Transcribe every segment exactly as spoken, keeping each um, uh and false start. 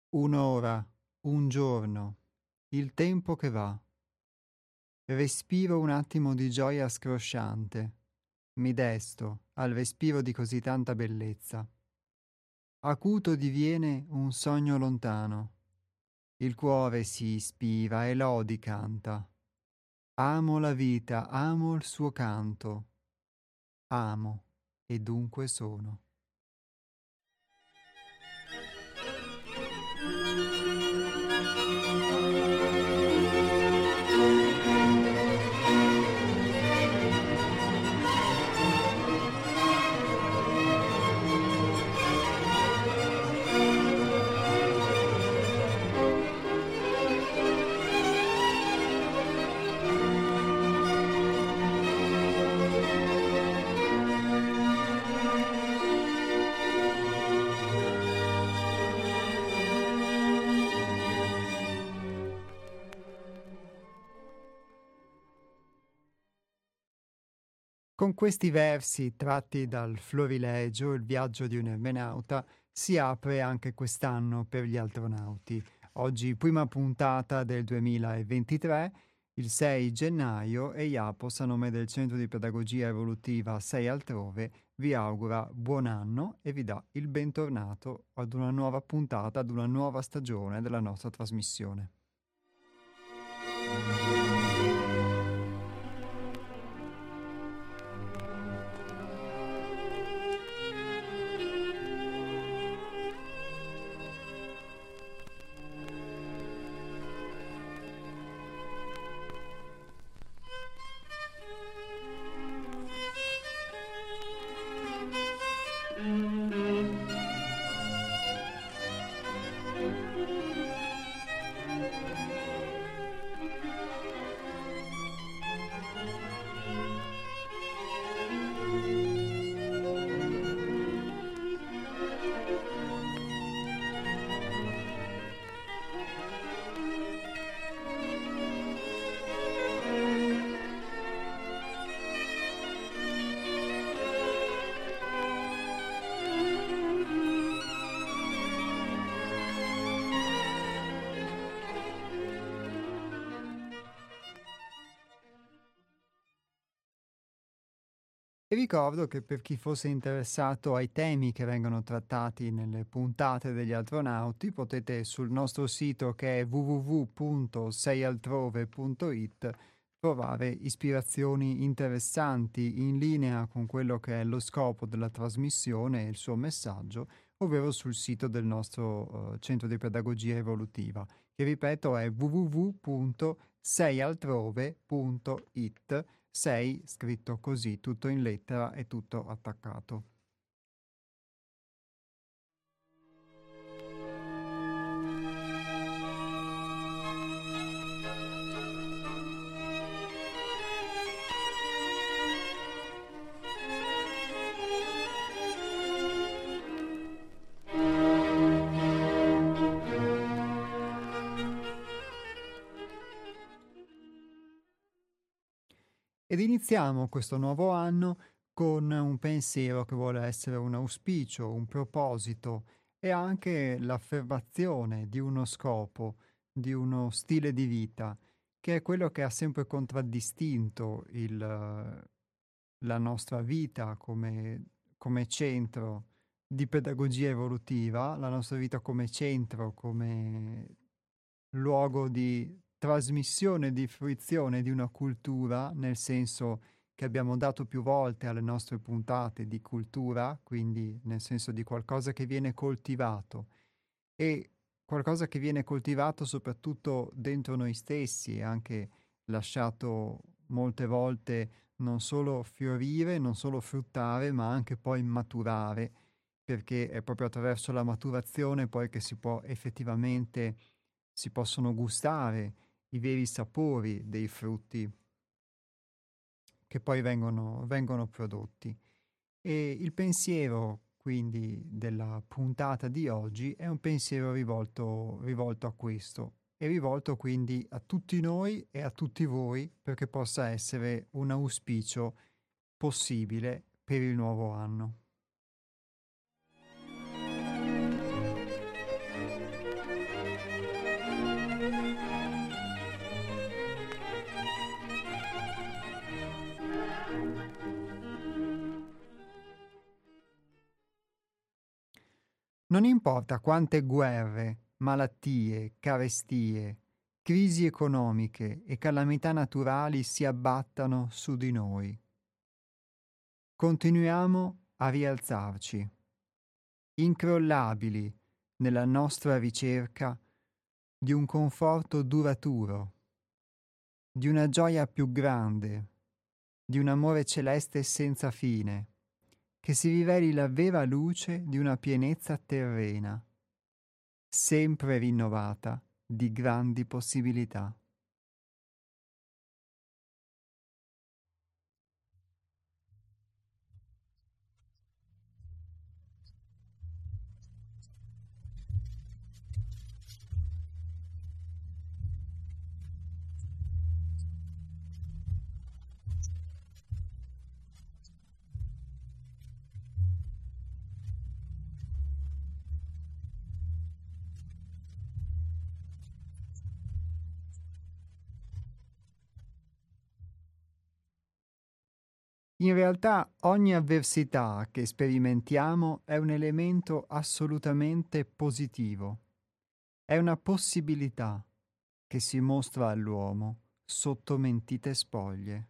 Un'ora, un giorno, il tempo che va. Respiro un attimo di gioia scrosciante. Mi desto al respiro di così tanta bellezza. Acuto diviene un sogno lontano. Il cuore si ispira e lodi canta. Amo la vita, amo il suo canto. Amo e dunque sono. Con questi versi tratti dal Florilegio, il viaggio di un ermenauta, si apre anche quest'anno per gli astronauti. Oggi prima puntata del duemilaventitré, il sei gennaio, e IAPOS, a nome del Centro di Pedagogia Evolutiva sei altrove, vi augura buon anno e vi dà il bentornato ad una nuova puntata, ad una nuova stagione della nostra trasmissione. E ricordo che per chi fosse interessato ai temi che vengono trattati nelle puntate degli astronauti, potete sul nostro sito, che è w w w punto sei altrove punto i t, trovare ispirazioni interessanti in linea con quello che è lo scopo della trasmissione e il suo messaggio, ovvero sul sito del nostro eh, Centro di Pedagogia Evolutiva, che ripeto è w w w punto sei altrove punto i t. sei scritto così, tutto in lettera e tutto attaccato. Ed iniziamo questo nuovo anno con un pensiero che vuole essere un auspicio, un proposito e anche l'affermazione di uno scopo, di uno stile di vita, che è quello che ha sempre contraddistinto il, la nostra vita come, come centro di pedagogia evolutiva, la nostra vita come centro, come luogo di trasmissione, di fruizione di una cultura, nel senso che abbiamo dato più volte alle nostre puntate di cultura, quindi nel senso di qualcosa che viene coltivato e qualcosa che viene coltivato soprattutto dentro noi stessi e anche lasciato molte volte non solo fiorire, non solo fruttare, ma anche poi maturare, perché è proprio attraverso la maturazione poi che si può effettivamente si possono gustare i veri sapori dei frutti che poi vengono, vengono prodotti. E il pensiero, quindi, della puntata di oggi è un pensiero rivolto, rivolto a questo e rivolto quindi a tutti noi e a tutti voi perché possa essere un auspicio possibile per il nuovo anno. Non importa quante guerre, malattie, carestie, crisi economiche e calamità naturali si abbattano su di noi. Continuiamo a rialzarci, incrollabili nella nostra ricerca di un conforto duraturo, di una gioia più grande, di un amore celeste senza fine, che si riveli la vera luce di una pienezza terrena, sempre rinnovata di grandi possibilità. In realtà ogni avversità che sperimentiamo è un elemento assolutamente positivo, è una possibilità che si mostra all'uomo sotto mentite spoglie.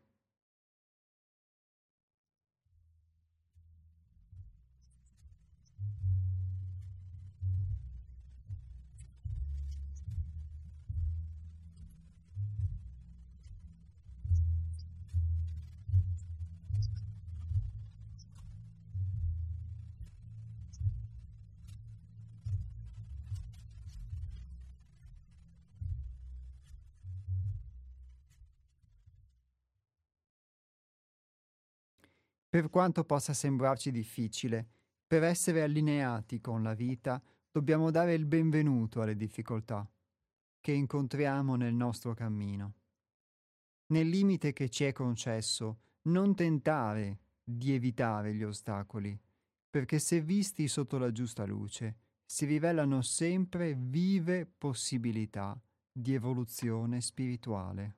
Per quanto possa sembrarci difficile, per essere allineati con la vita dobbiamo dare il benvenuto alle difficoltà che incontriamo nel nostro cammino. Nel limite che ci è concesso, non tentare di evitare gli ostacoli, perché se visti sotto la giusta luce, si rivelano sempre vive possibilità di evoluzione spirituale.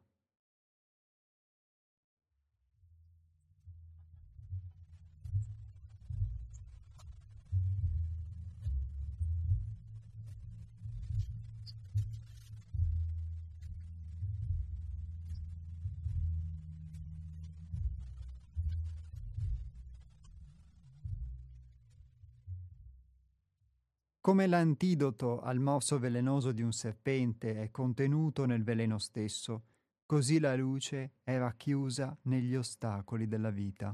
Come l'antidoto al morso velenoso di un serpente è contenuto nel veleno stesso, così la luce è racchiusa negli ostacoli della vita.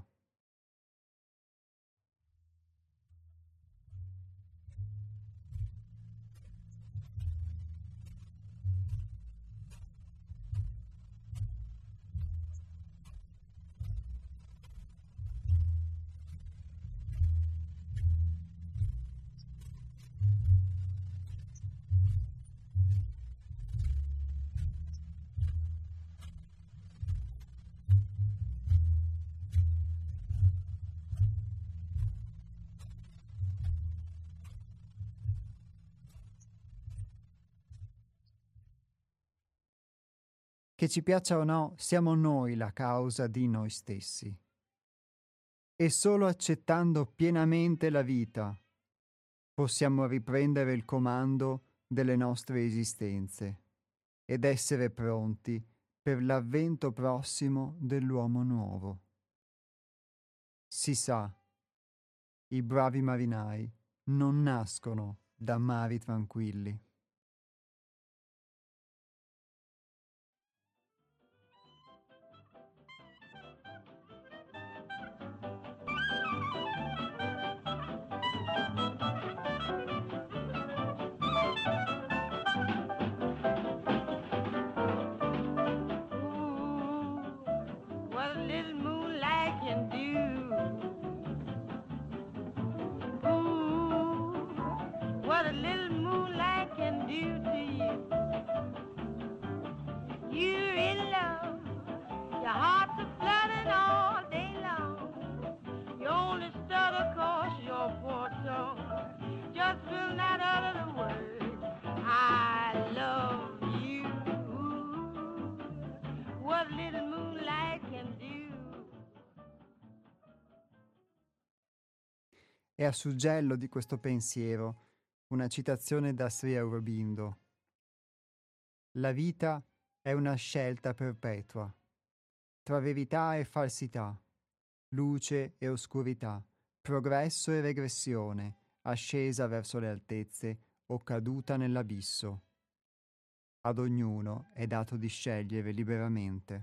Che ci piaccia o no, siamo noi la causa di noi stessi. E solo accettando pienamente la vita possiamo riprendere il comando delle nostre esistenze ed essere pronti per l'avvento prossimo dell'uomo nuovo. Si sa, i bravi marinai non nascono da mari tranquilli. What a little moonlight can do. Ooh, what a little moonlight can do to you. You're in love, your heart's a flooding all day long. You only stutter 'cause your poor tongue just will not utter the word, I love you. Ooh, what a little moonlight can do. E a suggello di questo pensiero una citazione da Sri Aurobindo. La vita è una scelta perpetua, tra verità e falsità, luce e oscurità, progresso e regressione, ascesa verso le altezze o caduta nell'abisso. Ad ognuno è dato di scegliere liberamente.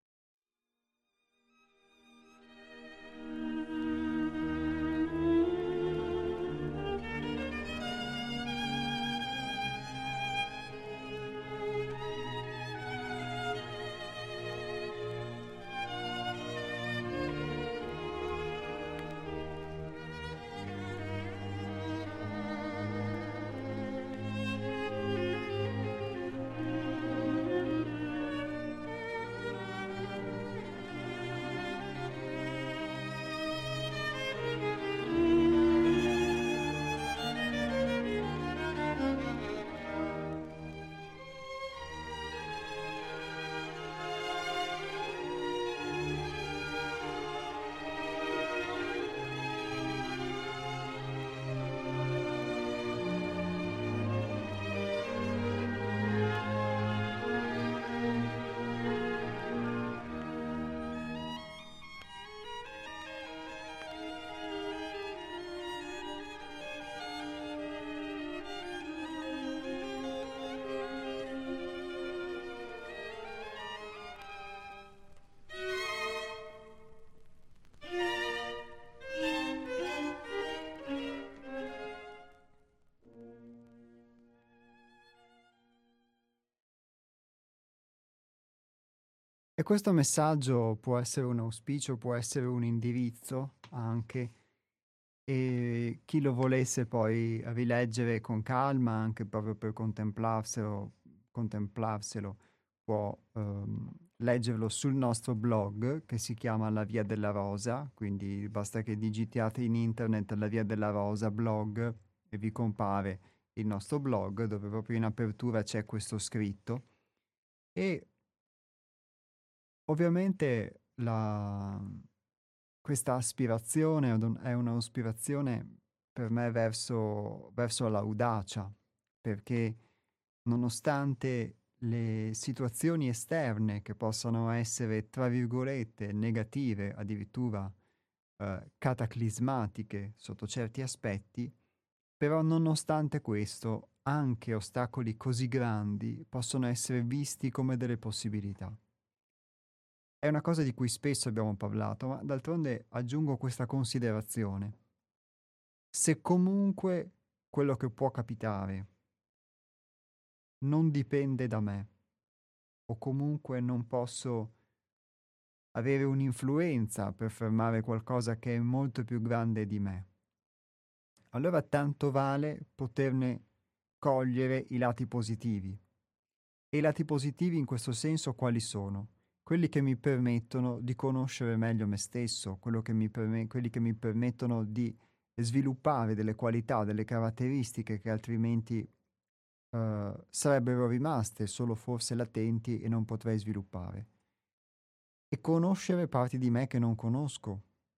E questo messaggio può essere un auspicio, può essere un indirizzo anche, e chi lo volesse poi rileggere con calma, anche proprio per contemplarselo, contemplarselo può ehm, leggerlo sul nostro blog che si chiama La Via della Rosa, quindi basta che digitiate in internet La Via della Rosa blog e vi compare il nostro blog dove proprio in apertura c'è questo scritto. E ovviamente la, questa aspirazione è un- è un'aspirazione per me verso, verso l'audacia, perché nonostante le situazioni esterne che possano essere, tra virgolette, negative, addirittura eh, cataclismatiche sotto certi aspetti, però nonostante questo anche ostacoli così grandi possono essere visti come delle possibilità. È una cosa di cui spesso abbiamo parlato, ma d'altronde aggiungo questa considerazione. Se comunque quello che può capitare non dipende da me, o comunque non posso avere un'influenza per fermare qualcosa che è molto più grande di me, allora tanto vale poterne cogliere i lati positivi. E i lati positivi in questo senso quali sono? Quelli che mi permettono di conoscere meglio me stesso, quello che mi perme- quelli che mi permettono di sviluppare delle qualità, delle caratteristiche che altrimenti eh, sarebbero rimaste solo forse latenti e non potrei sviluppare. E conoscere parti di me che non conosco.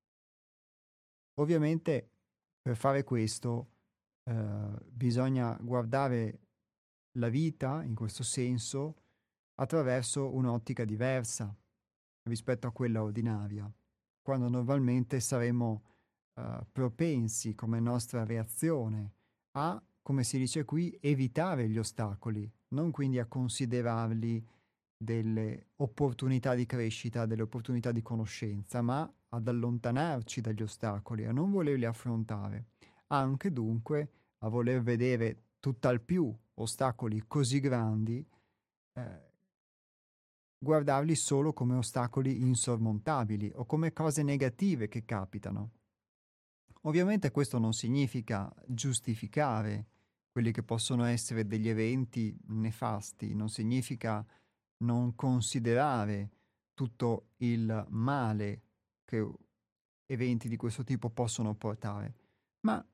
Ovviamente per fare questo eh, bisogna guardare la vita in questo senso attraverso un'ottica diversa rispetto a quella ordinaria, quando normalmente saremo eh, propensi come nostra reazione a, come si dice qui, evitare gli ostacoli, non quindi a considerarli delle opportunità di crescita, delle opportunità di conoscenza, ma ad allontanarci dagli ostacoli, a non volerli affrontare, anche dunque a voler vedere tutt'al più ostacoli così grandi, eh, guardarli solo come ostacoli insormontabili o come cose negative che capitano. Ovviamente questo non significa giustificare quelli che possono essere degli eventi nefasti, non significa non considerare tutto il male che eventi di questo tipo possono portare, ma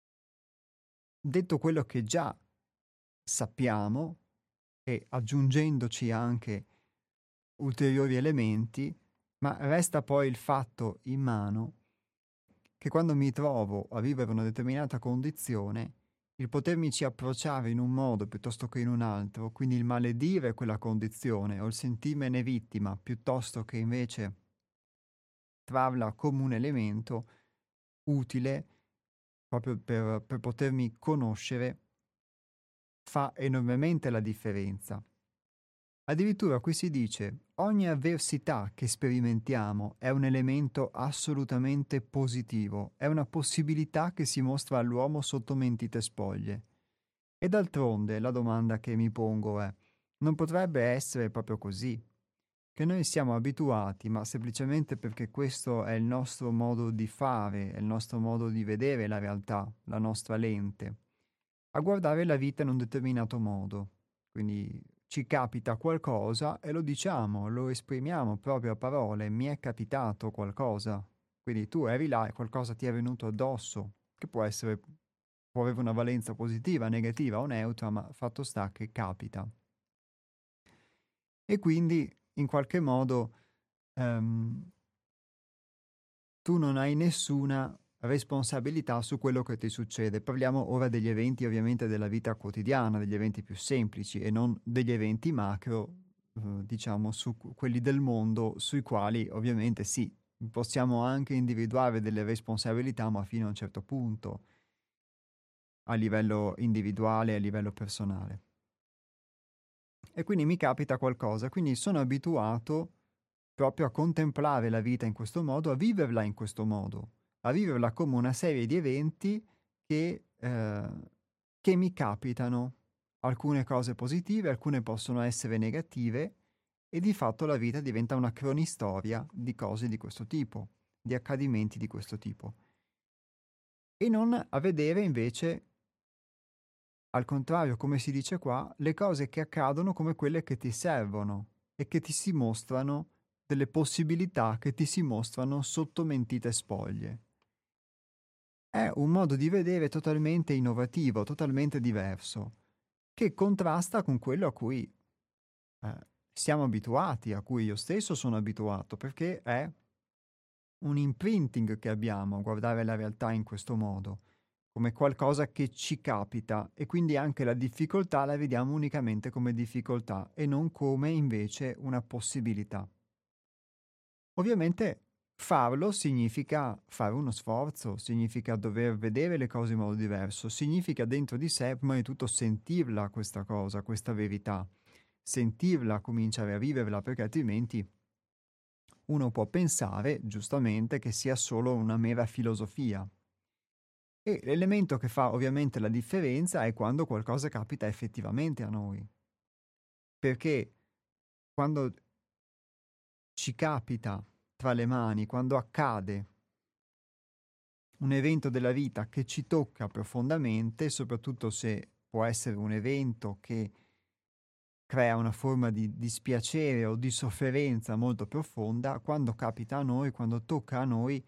detto quello che già sappiamo e aggiungendoci anche ulteriori elementi, ma resta poi il fatto in mano che quando mi trovo a vivere una determinata condizione, il potermici approcciare in un modo piuttosto che in un altro, quindi il maledire quella condizione o il sentirmene vittima piuttosto che invece trarla come un elemento utile proprio per, per potermi conoscere, fa enormemente la differenza. Addirittura qui si dice: ogni avversità che sperimentiamo è un elemento assolutamente positivo, è una possibilità che si mostra all'uomo sotto mentite spoglie. E d'altronde la domanda che mi pongo è: non potrebbe essere proprio così? Che noi siamo abituati, ma semplicemente perché questo è il nostro modo di fare, è il nostro modo di vedere la realtà, la nostra lente, a guardare la vita in un determinato modo. Quindi ci capita qualcosa e lo diciamo, lo esprimiamo proprio a parole: mi è capitato qualcosa. Quindi tu eri là e qualcosa ti è venuto addosso, che può essere, può avere una valenza positiva, negativa o neutra, ma fatto sta che capita. E quindi in qualche modo ehm, tu non hai nessuna responsabilità su quello che ti succede. Parliamo ora degli eventi ovviamente della vita quotidiana, degli eventi più semplici e non degli eventi macro, eh, diciamo, su cu- quelli del mondo, sui quali ovviamente sì, possiamo anche individuare delle responsabilità, ma fino a un certo punto, a livello individuale, a livello personale. E quindi mi capita qualcosa, quindi sono abituato proprio a contemplare la vita in questo modo, a viverla in questo modo, a viverla come una serie di eventi che, eh, che mi capitano. Alcune cose positive, alcune possono essere negative e di fatto la vita diventa una cronistoria di cose di questo tipo, di accadimenti di questo tipo. E non a vedere invece, al contrario, come si dice qua, le cose che accadono come quelle che ti servono e che ti si mostrano, delle possibilità che ti si mostrano sotto mentite spoglie. È un modo di vedere totalmente innovativo, totalmente diverso, che contrasta con quello a cui eh, siamo abituati, a cui io stesso sono abituato, perché è un imprinting che abbiamo a guardare la realtà in questo modo, come qualcosa che ci capita, e quindi anche la difficoltà la vediamo unicamente come difficoltà e non come invece una possibilità. Ovviamente farlo significa fare uno sforzo, significa dover vedere le cose in modo diverso, significa dentro di sé prima di tutto sentirla questa cosa, questa verità, sentirla, cominciare a viverla, perché altrimenti uno può pensare, giustamente, che sia solo una mera filosofia. E l'elemento che fa ovviamente la differenza è quando qualcosa capita effettivamente a noi. Perché quando ci capita tra le mani, quando accade un evento della vita che ci tocca profondamente, soprattutto se può essere un evento che crea una forma di dispiacere o di sofferenza molto profonda, quando capita a noi, quando tocca a noi,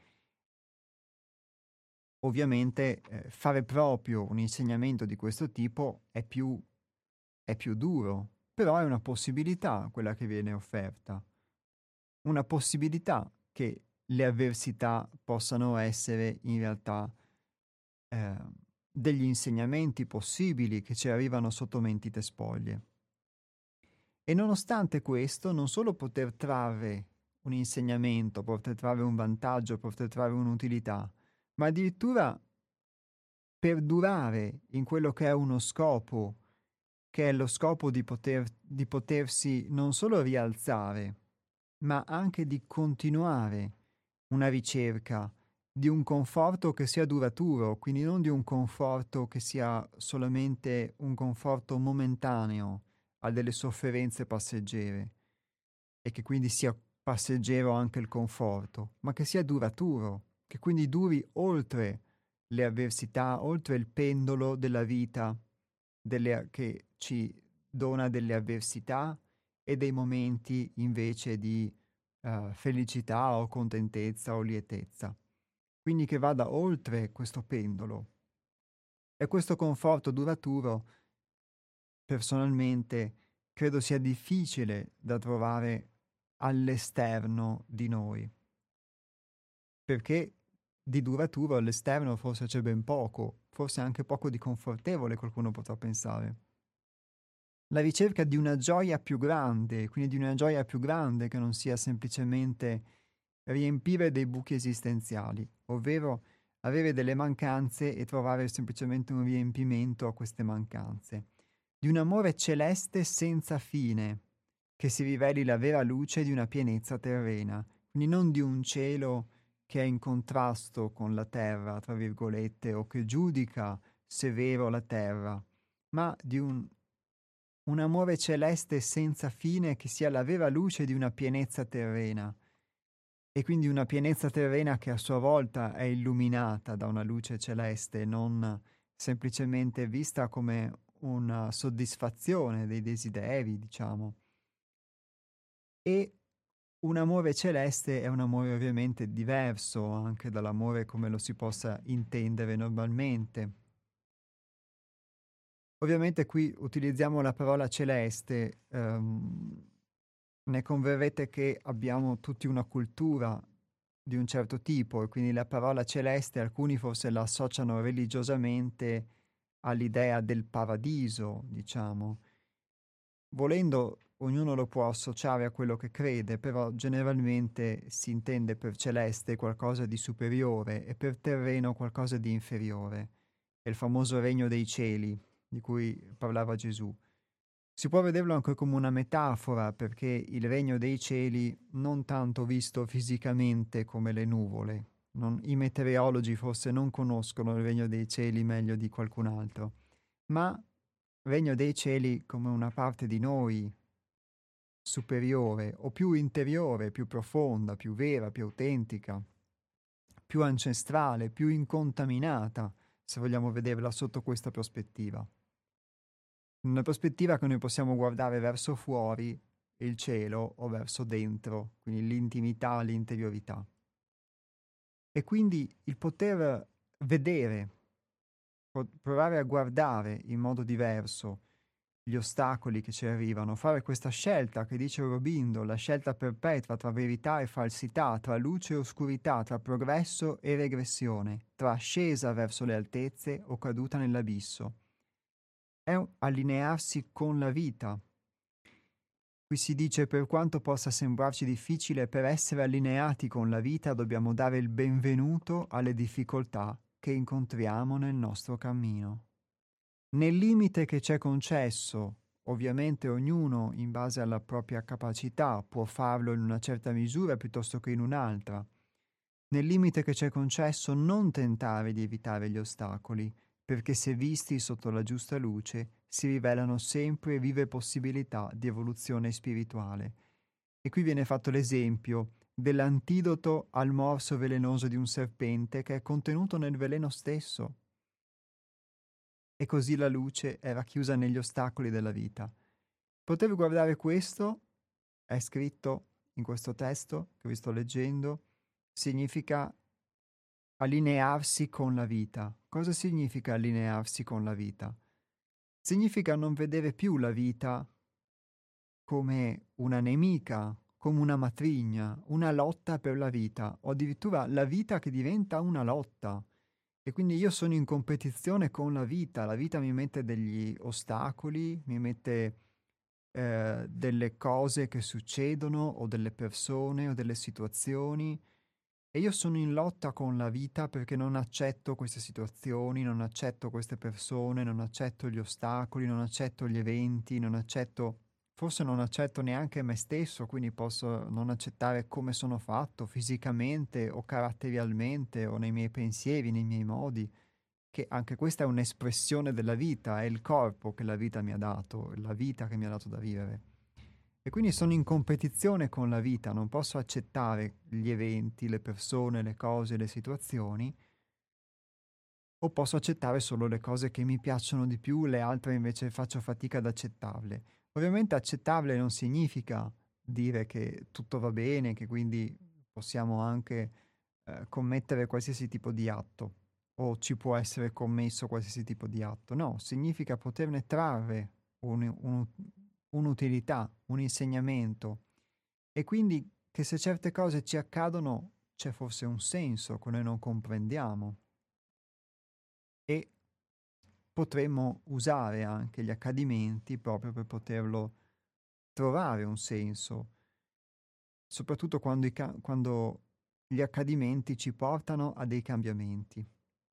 ovviamente eh, fare proprio un insegnamento di questo tipo è più, è più duro, però è una possibilità quella che viene offerta, una possibilità che le avversità possano essere in realtà eh, degli insegnamenti possibili che ci arrivano sotto mentite spoglie. E nonostante questo, non solo poter trarre un insegnamento, poter trarre un vantaggio, poter trarre un'utilità, ma addirittura perdurare in quello che è uno scopo, che è lo scopo di, poter, di potersi non solo rialzare, ma anche di continuare una ricerca di un conforto che sia duraturo, quindi non di un conforto che sia solamente un conforto momentaneo a delle sofferenze passeggere e che quindi sia passeggero anche il conforto, ma che sia duraturo, che quindi duri oltre le avversità, oltre il pendolo della vita delle, che ci dona delle avversità e dei momenti invece di eh, felicità o contentezza o lietezza. Quindi che vada oltre questo pendolo. E questo conforto duraturo, personalmente, credo sia difficile da trovare all'esterno di noi, perché di duraturo all'esterno forse c'è ben poco, forse anche poco di confortevole, qualcuno potrà pensare. La ricerca di una gioia più grande, quindi di una gioia più grande che non sia semplicemente riempire dei buchi esistenziali, ovvero avere delle mancanze e trovare semplicemente un riempimento a queste mancanze. Di un amore celeste senza fine, che si riveli la vera luce di una pienezza terrena, quindi non di un cielo che è in contrasto con la terra, tra virgolette, o che giudica severo la terra, ma di un, un amore celeste senza fine che sia la vera luce di una pienezza terrena, e quindi una pienezza terrena che a sua volta è illuminata da una luce celeste, non semplicemente vista come una soddisfazione dei desideri, diciamo. E un amore celeste è un amore ovviamente diverso anche dall'amore come lo si possa intendere normalmente. Ovviamente qui utilizziamo la parola celeste, ehm, ne converrete che abbiamo tutti una cultura di un certo tipo e quindi la parola celeste alcuni forse la associano religiosamente all'idea del paradiso, diciamo. Volendo, ognuno lo può associare a quello che crede, però generalmente si intende per celeste qualcosa di superiore e per terreno qualcosa di inferiore. È il famoso regno dei cieli di cui parlava Gesù. Si può vederlo anche come una metafora, perché il regno dei cieli non tanto visto fisicamente come le nuvole. Non- I meteorologi forse non conoscono il regno dei cieli meglio di qualcun altro, ma regno dei cieli come una parte di noi superiore o più interiore, più profonda, più vera, più autentica, più ancestrale, più incontaminata, se vogliamo vederla sotto questa prospettiva. Una prospettiva che noi possiamo guardare verso fuori il cielo o verso dentro, quindi l'intimità, l'interiorità. E quindi il poter vedere, po- provare a guardare in modo diverso gli ostacoli che ci arrivano, fare questa scelta che dice Aurobindo, la scelta perpetua tra verità e falsità, tra luce e oscurità, tra progresso e regressione, tra ascesa verso le altezze o caduta nell'abisso. È un allinearsi con la vita. Qui si dice per quanto possa sembrarci difficile, per essere allineati con la vita dobbiamo dare il benvenuto alle difficoltà che incontriamo nel nostro cammino. Nel limite che c'è concesso, ovviamente ognuno in base alla propria capacità può farlo in una certa misura piuttosto che in un'altra. Nel limite che c'è concesso non tentare di evitare gli ostacoli, perché se visti sotto la giusta luce si rivelano sempre vive possibilità di evoluzione spirituale. E qui viene fatto l'esempio dell'antidoto al morso velenoso di un serpente che è contenuto nel veleno stesso. E così la luce è racchiusa negli ostacoli della vita. Poter guardare questo, è scritto in questo testo che vi sto leggendo, significa allinearsi con la vita. Cosa significa allinearsi con la vita? Significa non vedere più la vita come una nemica, come una matrigna, una lotta per la vita, o addirittura la vita che diventa una lotta. E quindi io sono in competizione con la vita, la vita mi mette degli ostacoli, mi mette eh, delle cose che succedono, o delle persone, o delle situazioni, e io sono in lotta con la vita perché non accetto queste situazioni, non accetto queste persone, non accetto gli ostacoli, non accetto gli eventi, non accetto, forse non accetto neanche me stesso, quindi posso non accettare come sono fatto fisicamente o caratterialmente o nei miei pensieri, nei miei modi, che anche questa è un'espressione della vita, è il corpo che la vita mi ha dato, la vita che mi ha dato da vivere. E quindi sono in competizione con la vita, non posso accettare gli eventi, le persone, le cose, le situazioni, o posso accettare solo le cose che mi piacciono di più, le altre invece faccio fatica ad accettarle. Ovviamente accettarle non significa dire che tutto va bene, che quindi possiamo anche eh, commettere qualsiasi tipo di atto, o ci può essere commesso qualsiasi tipo di atto. No, significa poterne trarre un- un- un'utilità, un insegnamento, e quindi che se certe cose ci accadono c'è forse un senso che noi non comprendiamo e potremmo usare anche gli accadimenti proprio per poterlo trovare un senso, soprattutto quando, i ca- quando gli accadimenti ci portano a dei cambiamenti.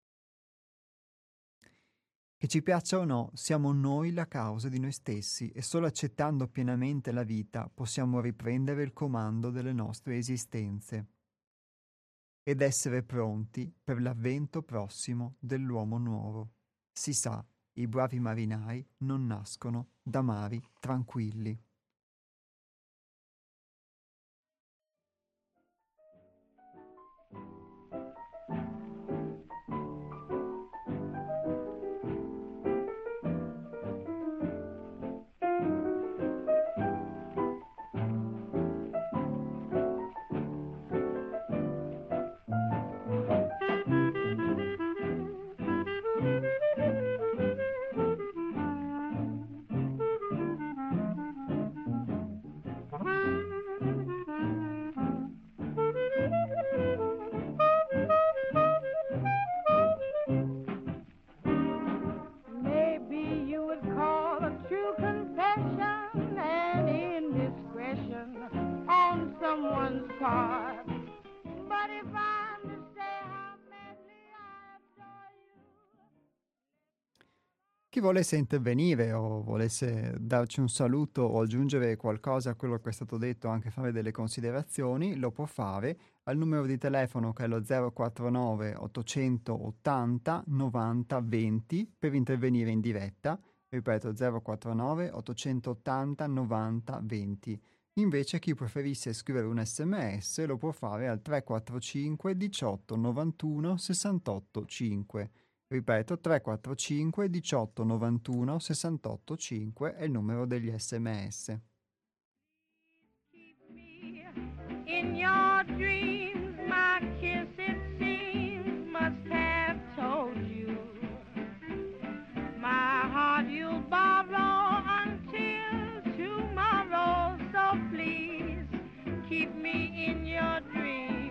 Che ci piaccia o no, siamo noi la causa di noi stessi e solo accettando pienamente la vita possiamo riprendere il comando delle nostre esistenze ed essere pronti per l'avvento prossimo dell'uomo nuovo. Si sa, i bravi marinai non nascono da mari tranquilli. Maybe you would call a true confession an indiscretion on someone's part. But if I'm to say how madly I adore you. Chi volesse intervenire o volesse darci un saluto o aggiungere qualcosa a quello che è stato detto, anche fare delle considerazioni, lo può fare al numero di telefono che è lo zero quattro nove ottocentottanta novanta venti per intervenire in diretta. Ripeto, zero quattro nove ottocentottanta novanta venti. Invece chi preferisse scrivere un sms lo può fare al tre quattro cinque diciotto novantuno sessantotto cinque. Ripeto, tre quattro cinque diciotto novantuno sessantotto cinque è il numero degli sms. In your dreams, my kiss, it seems, must have told you. My heart you'll borrow until tomorrow. So please keep me in your dreams.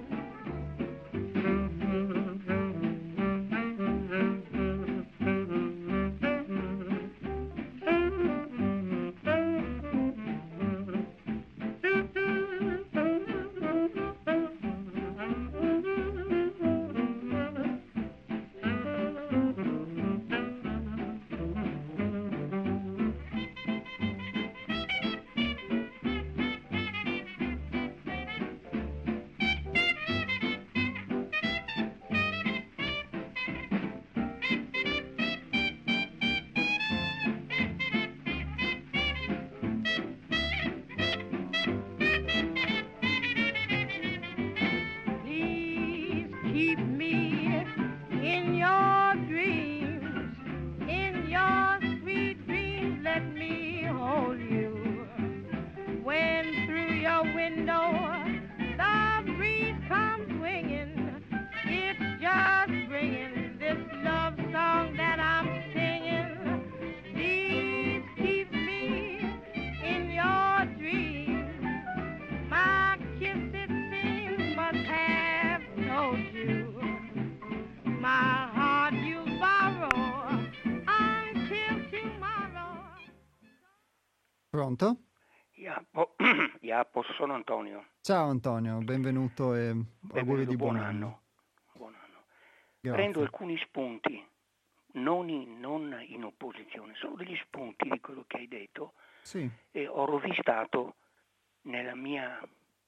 Please keep me in your dreams. In your sweet dreams, let me hold you. When through your window the breeze comes swinging, it's just bringing this love song that I'm singing. Please keep me in your dreams. My kiss, it seems, must have told you. My heart you borrow until tomorrow. Pronto? Iapo, Iapo, sono Antonio. Ciao Antonio, benvenuto e auguri Benvenuto, di buon, buon anno. anno. Buon anno. Grazie. Prendo alcuni spunti, non in, non in opposizione, sono degli spunti di quello che hai detto Sì, e ho rovistato nella mia,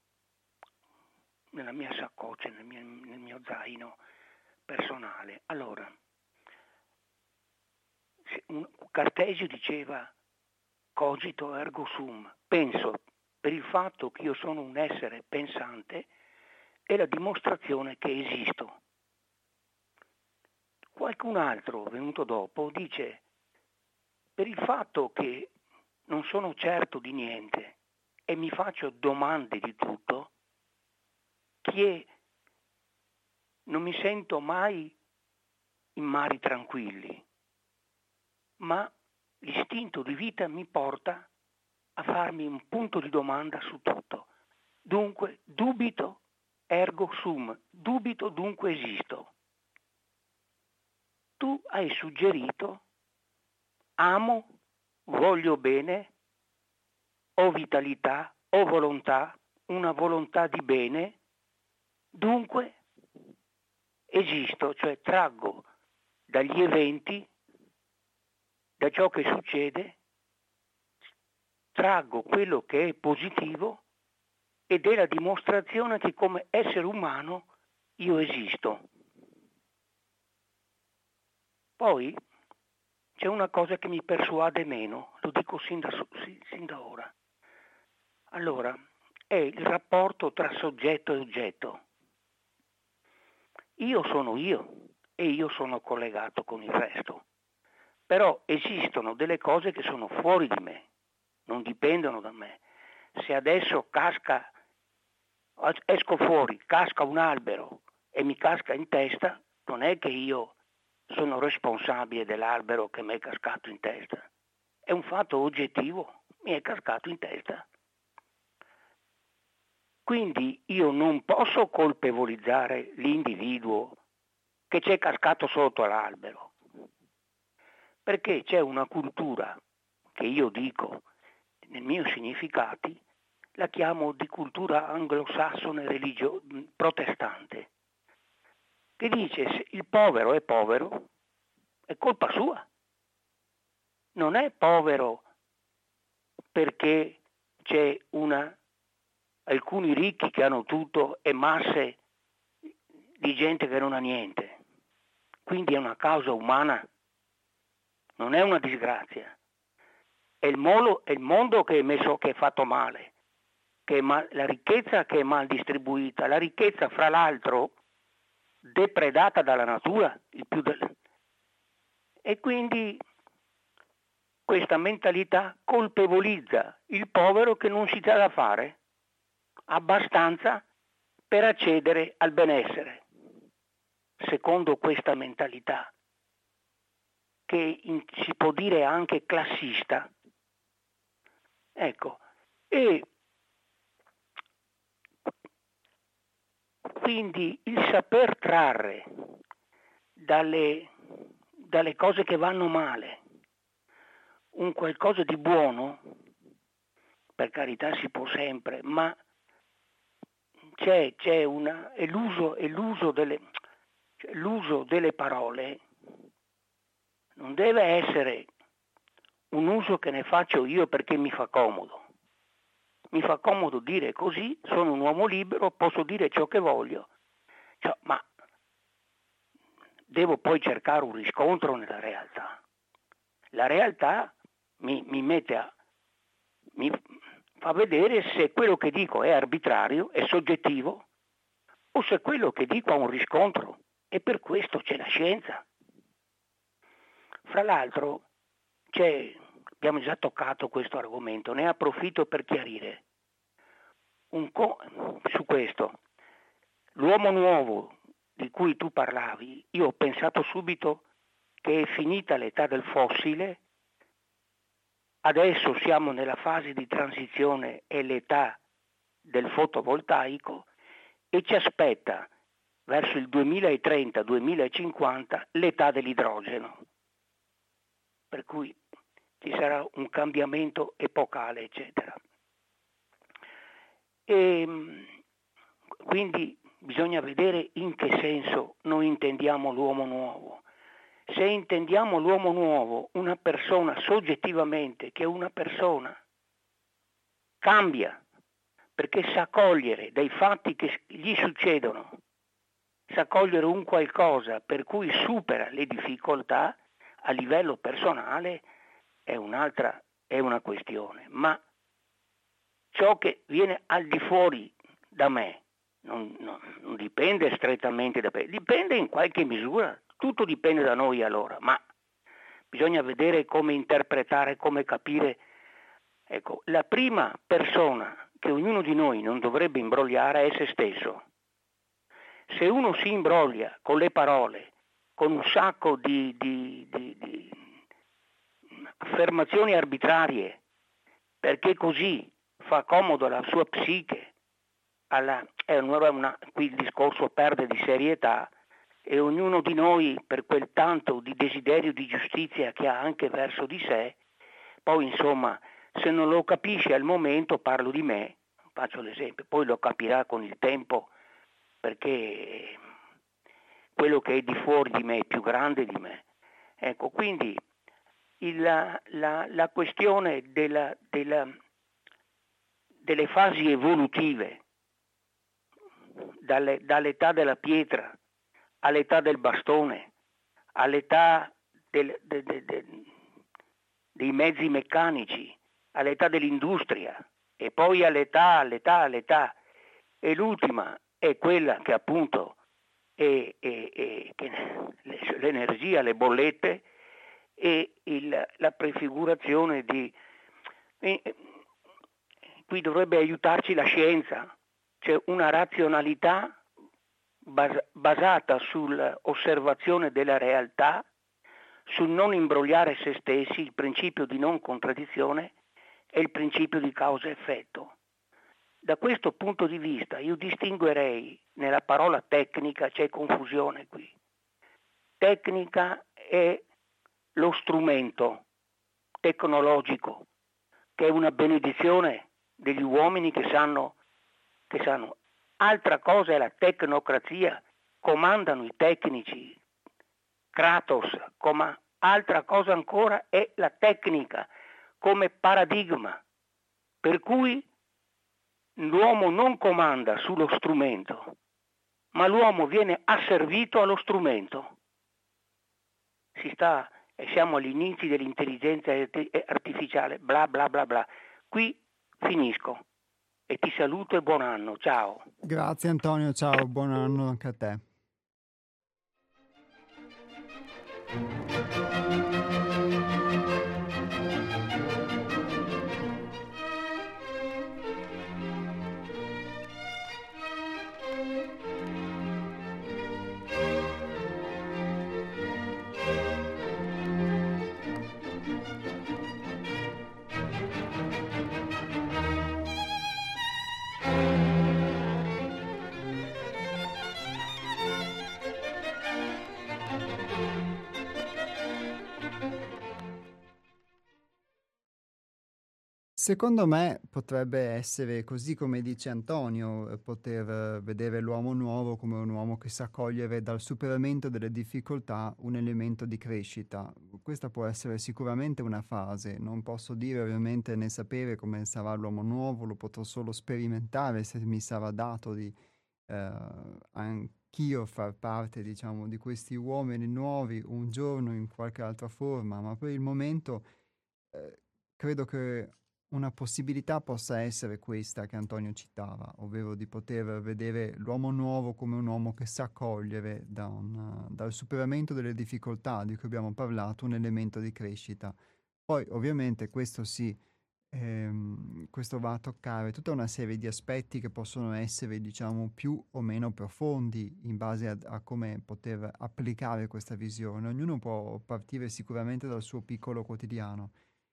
nella mia saccoccia, nel mio, nel mio zaino personale. Allora, se un, Cartesio diceva cogito ergo sum, penso, per il fatto che io sono un essere pensante è la dimostrazione che esisto. Qualcun altro, venuto dopo, dice per il fatto che non sono certo di niente e mi faccio domande di tutto, che non mi sento mai in mari tranquilli, ma l'istinto di vita mi porta a farmi un punto di domanda su tutto. Dunque dubito ergo sum, dubito dunque esisto. Tu hai suggerito, amo, voglio bene, ho vitalità, ho volontà, una volontà di bene, dunque esisto, cioè traggo dagli eventi, da ciò che succede, traggo quello che è positivo ed è la dimostrazione che come essere umano io esisto. Poi c'è una cosa che mi persuade meno, lo dico sin da, sin, sin da ora. Allora, è il rapporto tra soggetto e oggetto. Io sono io e io sono collegato con il resto. Però esistono delle cose che sono fuori di me, non dipendono da me. Se adesso casca, esco fuori, casca un albero e mi casca in testa, non è che io sono responsabile dell'albero che mi è cascato in testa. È un fatto oggettivo, mi è cascato in testa. Quindi io non posso colpevolizzare l'individuo che c'è cascato sotto all'albero, perché c'è una cultura che io dico, nei miei significati, la chiamo di cultura anglosassone religio- protestante, che dice se il povero è povero, è colpa sua. Non è povero perché c'è una, alcuni ricchi che hanno tutto e masse di gente che non ha niente. Quindi è una causa umana, non è una disgrazia. È il, molo, è il mondo che è, messo, che è fatto male, che è mal, la ricchezza che è mal distribuita, la ricchezza fra l'altro depredata dalla natura, il più del... e quindi questa mentalità colpevolizza il povero che non si dà da fare abbastanza per accedere al benessere. Secondo questa mentalità, che in, si può dire anche classista, ecco, e quindi il saper trarre dalle, dalle cose che vanno male un qualcosa di buono, per carità si può sempre, ma c'è, c'è una, è l'uso, è l'uso delle, cioè l'uso delle parole non deve essere un uso che ne faccio io perché mi fa comodo. Mi fa comodo dire così, sono un uomo libero, posso dire ciò che voglio, cioè, ma devo poi cercare un riscontro nella realtà. La realtà mi, mi mette a, mi fa vedere se quello che dico è arbitrario, è soggettivo, o se quello che dico ha un riscontro, e per questo c'è la scienza. Fra l'altro, c'è, abbiamo già toccato questo argomento, ne approfitto per chiarire un co- su questo. L'uomo nuovo di cui tu parlavi, io ho pensato subito che è finita l'età del fossile, adesso siamo nella fase di transizione e l'età del fotovoltaico e ci aspetta verso il duemilatrenta duemilacinquanta l'età dell'idrogeno, per cui ci sarà un cambiamento epocale, eccetera. E quindi bisogna vedere in che senso noi intendiamo l'uomo nuovo. Se intendiamo l'uomo nuovo, una persona soggettivamente che una persona cambia perché sa cogliere dai fatti che gli succedono, sa cogliere un qualcosa per cui supera le difficoltà a livello personale, è un'altra, è una questione, ma ciò che viene al di fuori da me non, non, non dipende strettamente da me, dipende in qualche misura, tutto dipende da noi allora, ma bisogna vedere come interpretare, come capire. Ecco, la prima persona che ognuno di noi non dovrebbe imbrogliare è se stesso. Se uno si imbroglia con le parole, con un sacco di, di, di, di affermazioni arbitrarie, perché così fa comodo alla sua psiche, alla, è una, una, qui il discorso perde di serietà e ognuno di noi, per quel tanto di desiderio di giustizia che ha anche verso di sé, poi insomma, se non lo capisce al momento, parlo di me, faccio l'esempio, poi lo capirà con il tempo, perché quello che è di fuori di me è più grande di me. Ecco, quindi il, la, la, la questione della, della, delle fasi evolutive, dalle, dall'età della pietra all'età del bastone, all'età del, de, de, de, dei mezzi meccanici, all'età dell'industria e poi all'età, all'età, all'età. E l'ultima è quella che appunto è, è, è che l'energia, le bollette e il, la prefigurazione di... E, qui dovrebbe aiutarci la scienza, c'è una razionalità bas- basata sull'osservazione della realtà, sul non imbrogliare se stessi, il principio di non contraddizione e il principio di causa-effetto. Da questo punto di vista io distinguerei nella parola tecnica, c'è confusione qui. Tecnica è lo strumento tecnologico, che è una benedizione degli uomini che sanno, che sanno. Altra cosa è la tecnocrazia, comandano i tecnici, Kratos, coma. Altra cosa ancora è la tecnica come paradigma, per cui l'uomo non comanda sullo strumento, ma l'uomo viene asservito allo strumento. Si sta, e siamo agli inizi dell'intelligenza artificiale, bla bla bla bla. Qui finisco e ti saluto e buon anno, ciao. Grazie Antonio, ciao, buon anno anche a te. Secondo me potrebbe essere così come dice Antonio, eh, poter eh, vedere l'uomo nuovo come un uomo che sa cogliere dal superamento delle difficoltà un elemento di crescita. Questa può essere sicuramente una fase, non posso dire ovviamente né sapere come sarà l'uomo nuovo, lo potrò solo sperimentare se mi sarà dato di eh, anch'io far parte, diciamo, di questi uomini nuovi un giorno in qualche altra forma, ma per il momento eh, credo che una possibilità possa essere questa che Antonio citava, ovvero di poter vedere l'uomo nuovo come un uomo che sa cogliere da un, dal superamento delle difficoltà di cui abbiamo parlato un elemento di crescita. Poi ovviamente questo sì, ehm, questo va a toccare tutta una serie di aspetti che possono essere, diciamo, più o meno profondi in base a, a come poter applicare questa visione. Ognuno può partire sicuramente dal suo piccolo quotidiano.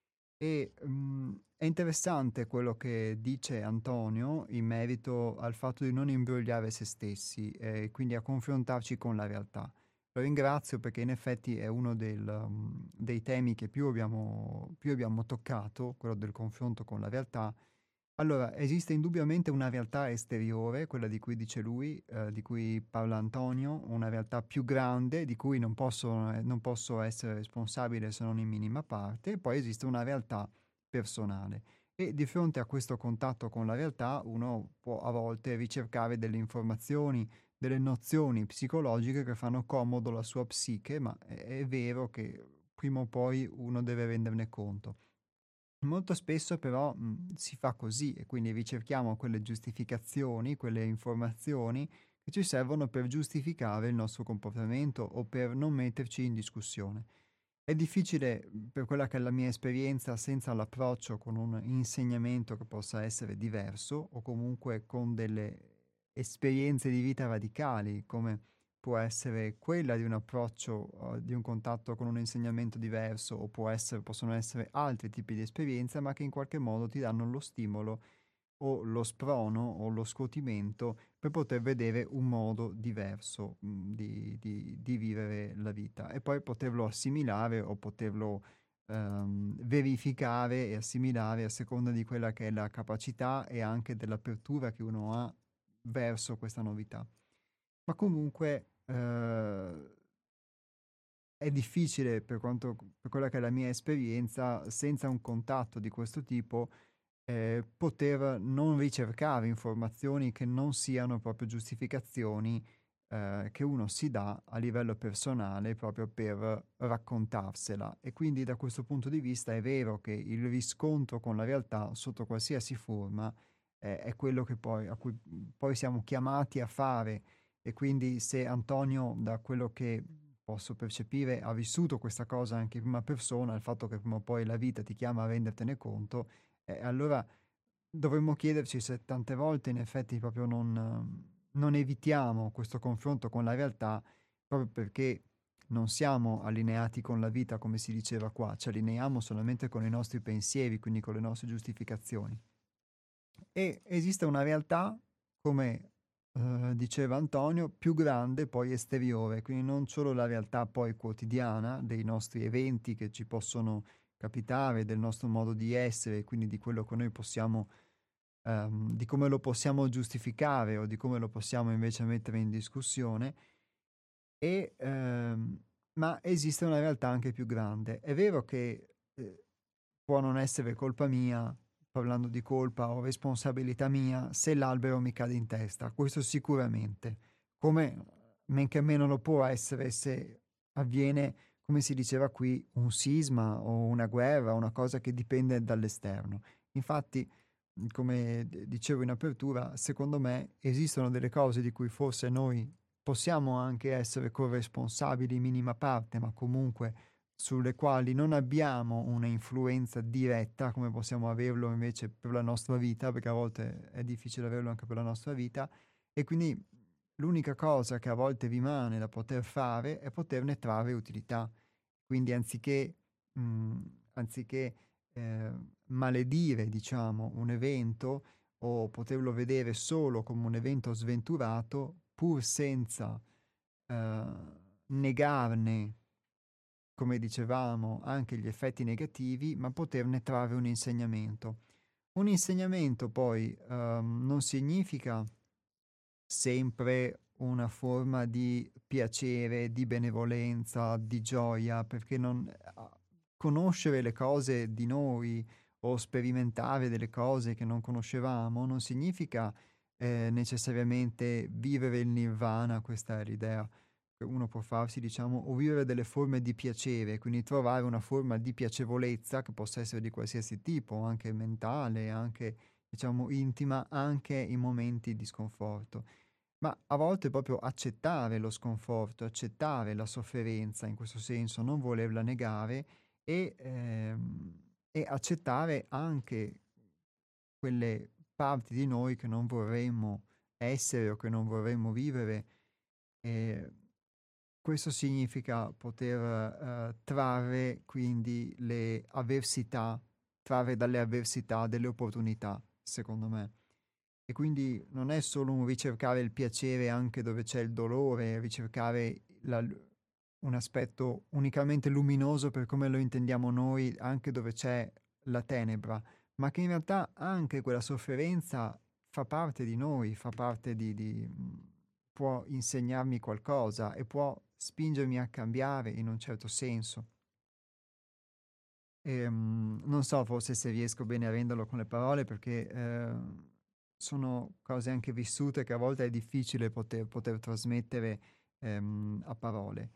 E mm, è interessante quello che dice Antonio in merito al fatto di non imbrogliare se stessi e quindi a confrontarci con la realtà. Lo ringrazio perché in effetti è uno del, um, dei temi che più abbiamo, più abbiamo toccato, quello del confronto con la realtà. Allora, esiste indubbiamente una realtà esteriore, quella di cui dice lui, eh, di cui parla Antonio, una realtà più grande di cui non posso, eh, non posso essere responsabile se non in minima parte, e poi esiste una realtà personale. E di fronte a questo contatto con la realtà uno può a volte ricercare delle informazioni, delle nozioni psicologiche che fanno comodo alla sua psiche, ma è, è vero che prima o poi uno deve renderne conto. Molto spesso però mh, si fa così e quindi ricerchiamo quelle giustificazioni, quelle informazioni che ci servono per giustificare il nostro comportamento o per non metterci in discussione. È difficile, mh, per quella che è la mia esperienza, senza l'approccio con un insegnamento che possa essere diverso o comunque con delle esperienze di vita radicali, come può essere quella di un approccio, uh, di un contatto con un insegnamento diverso, o può essere, possono essere altri tipi di esperienze, ma che in qualche modo ti danno lo stimolo o lo sprono o lo scuotimento per poter vedere un modo diverso mh, di, di- di vivere la vita e poi poterlo assimilare o poterlo ehm, verificare e assimilare a seconda di quella che è la capacità e anche dell'apertura che uno ha verso questa novità. Ma comunque eh, è difficile per quanto, per quella che è la mia esperienza, senza un contatto di questo tipo, eh, poter non ricercare informazioni che non siano proprio giustificazioni eh, che uno si dà a livello personale proprio per raccontarsela. E quindi da questo punto di vista è vero che il riscontro con la realtà sotto qualsiasi forma eh, è quello che poi, a cui poi siamo chiamati a fare. E quindi se Antonio, da quello che posso percepire, ha vissuto questa cosa anche in prima persona, il fatto che prima o poi la vita ti chiama a rendertene conto, eh, allora dovremmo chiederci se tante volte in effetti proprio non, non evitiamo questo confronto con la realtà proprio perché non siamo allineati con la vita, come si diceva qua, ci allineiamo solamente con i nostri pensieri, quindi con le nostre giustificazioni. E esiste una realtà, come eh, diceva Antonio, più grande poi esteriore, quindi non solo la realtà poi quotidiana dei nostri eventi che ci possono capitare, del nostro modo di essere, quindi di quello che noi possiamo, ehm, di come lo possiamo giustificare o di come lo possiamo invece mettere in discussione, e, ehm, ma esiste una realtà anche più grande. È vero che eh, può non essere colpa mia, parlando di colpa o responsabilità mia, se l'albero mi cade in testa, questo sicuramente, come men che meno lo può essere se avviene, come si diceva qui, un sisma o una guerra, una cosa che dipende dall'esterno. Infatti, mh, come d- dicevo in apertura, secondo me esistono delle cose di cui forse noi possiamo anche essere corresponsabili in minima parte, ma comunque sulle quali non abbiamo una influenza diretta come possiamo averlo invece per la nostra vita, perché a volte è difficile averlo anche per la nostra vita, e quindi l'unica cosa che a volte rimane da poter fare è poterne trarre utilità. Quindi anziché, mh, anziché eh, maledire, diciamo, un evento o poterlo vedere solo come un evento sventurato, pur senza eh, negarne, come dicevamo, anche gli effetti negativi, ma poterne trarre un insegnamento. Un insegnamento poi ehm, non significa sempre una forma di piacere, di benevolenza, di gioia, perché non, a- conoscere le cose di noi o sperimentare delle cose che non conoscevamo non significa eh, necessariamente vivere il nirvana, questa è l'idea che uno può farsi, diciamo, o vivere delle forme di piacere, quindi trovare una forma di piacevolezza che possa essere di qualsiasi tipo, anche mentale, anche, diciamo, intima, anche in momenti di sconforto. Ma a volte proprio accettare lo sconforto, accettare la sofferenza, in questo senso, non volerla negare e, ehm, e accettare anche quelle parti di noi che non vorremmo essere o che non vorremmo vivere. E questo significa poter eh, trarre quindi le avversità, trarre dalle avversità delle opportunità, secondo me. E quindi non è solo un ricercare il piacere anche dove c'è il dolore, ricercare la- un aspetto unicamente luminoso per come lo intendiamo noi, anche dove c'è la tenebra, ma che in realtà anche quella sofferenza fa parte di noi, fa parte di, di- mh, può insegnarmi qualcosa e può spingermi a cambiare in un certo senso. Ehm, non so forse se riesco bene a renderlo con le parole perché ehm, sono cose anche vissute che a volte è difficile poter, poter trasmettere ehm, a parole.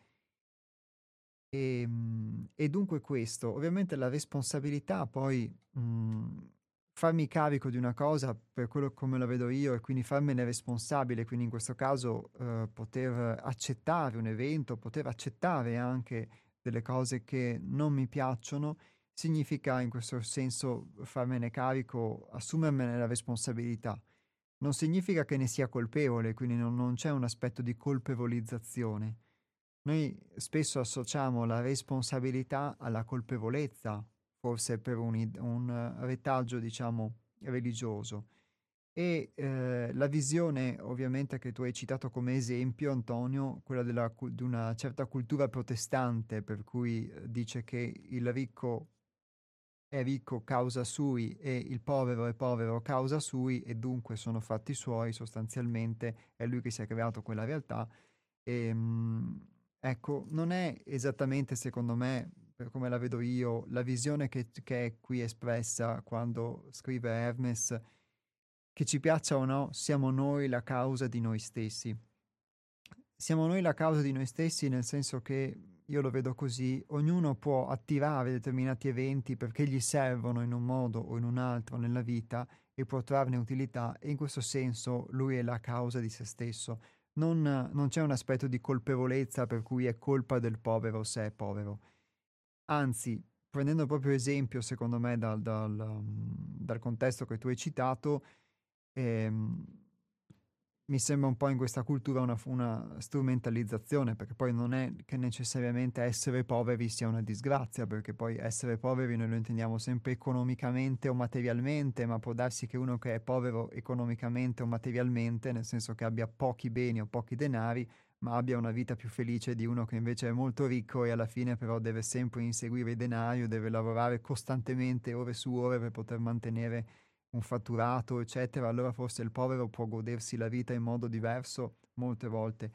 Ehm, E, dunque questo, ovviamente la responsabilità poi mh, farmi carico di una cosa per quello come la vedo io e quindi farmene responsabile, quindi in questo caso eh, poter accettare un evento, poter accettare anche delle cose che non mi piacciono, significa in questo senso farmene carico, assumermene la responsabilità. Non significa che ne sia colpevole, quindi non non c'è un aspetto di colpevolizzazione. Noi spesso associamo la responsabilità alla colpevolezza, forse per un, id- un eh, retaggio, diciamo, religioso. E eh, la visione, ovviamente, che tu hai citato come esempio, Antonio, quella della cu- di una certa cultura protestante, per cui eh, dice che il ricco è ricco causa sui e il povero è povero causa sui e dunque sono fatti suoi, sostanzialmente è lui che si è creato quella realtà. E, mh, ecco, non è esattamente, secondo me, per come la vedo io, la visione che, che è qui espressa quando scrive Hermes, che ci piaccia o no, siamo noi la causa di noi stessi. Siamo noi la causa di noi stessi nel senso che, io lo vedo così, ognuno può attivare determinati eventi perché gli servono in un modo o in un altro nella vita e può trarne utilità e in questo senso lui è la causa di se stesso. Non, non c'è un aspetto di colpevolezza per cui è colpa del povero se è povero. Anzi, prendendo proprio esempio, secondo me, dal, dal, um, dal contesto che tu hai citato, ehm, mi sembra un po' in questa cultura una, una strumentalizzazione, perché poi non è che necessariamente essere poveri sia una disgrazia, perché poi essere poveri noi lo intendiamo sempre economicamente o materialmente, ma può darsi che uno che è povero economicamente o materialmente, nel senso che abbia pochi beni o pochi denari, ma abbia una vita più felice di uno che invece è molto ricco e alla fine però deve sempre inseguire il denario, deve lavorare costantemente ore su ore per poter mantenere un fatturato, eccetera, allora forse il povero può godersi la vita in modo diverso molte volte,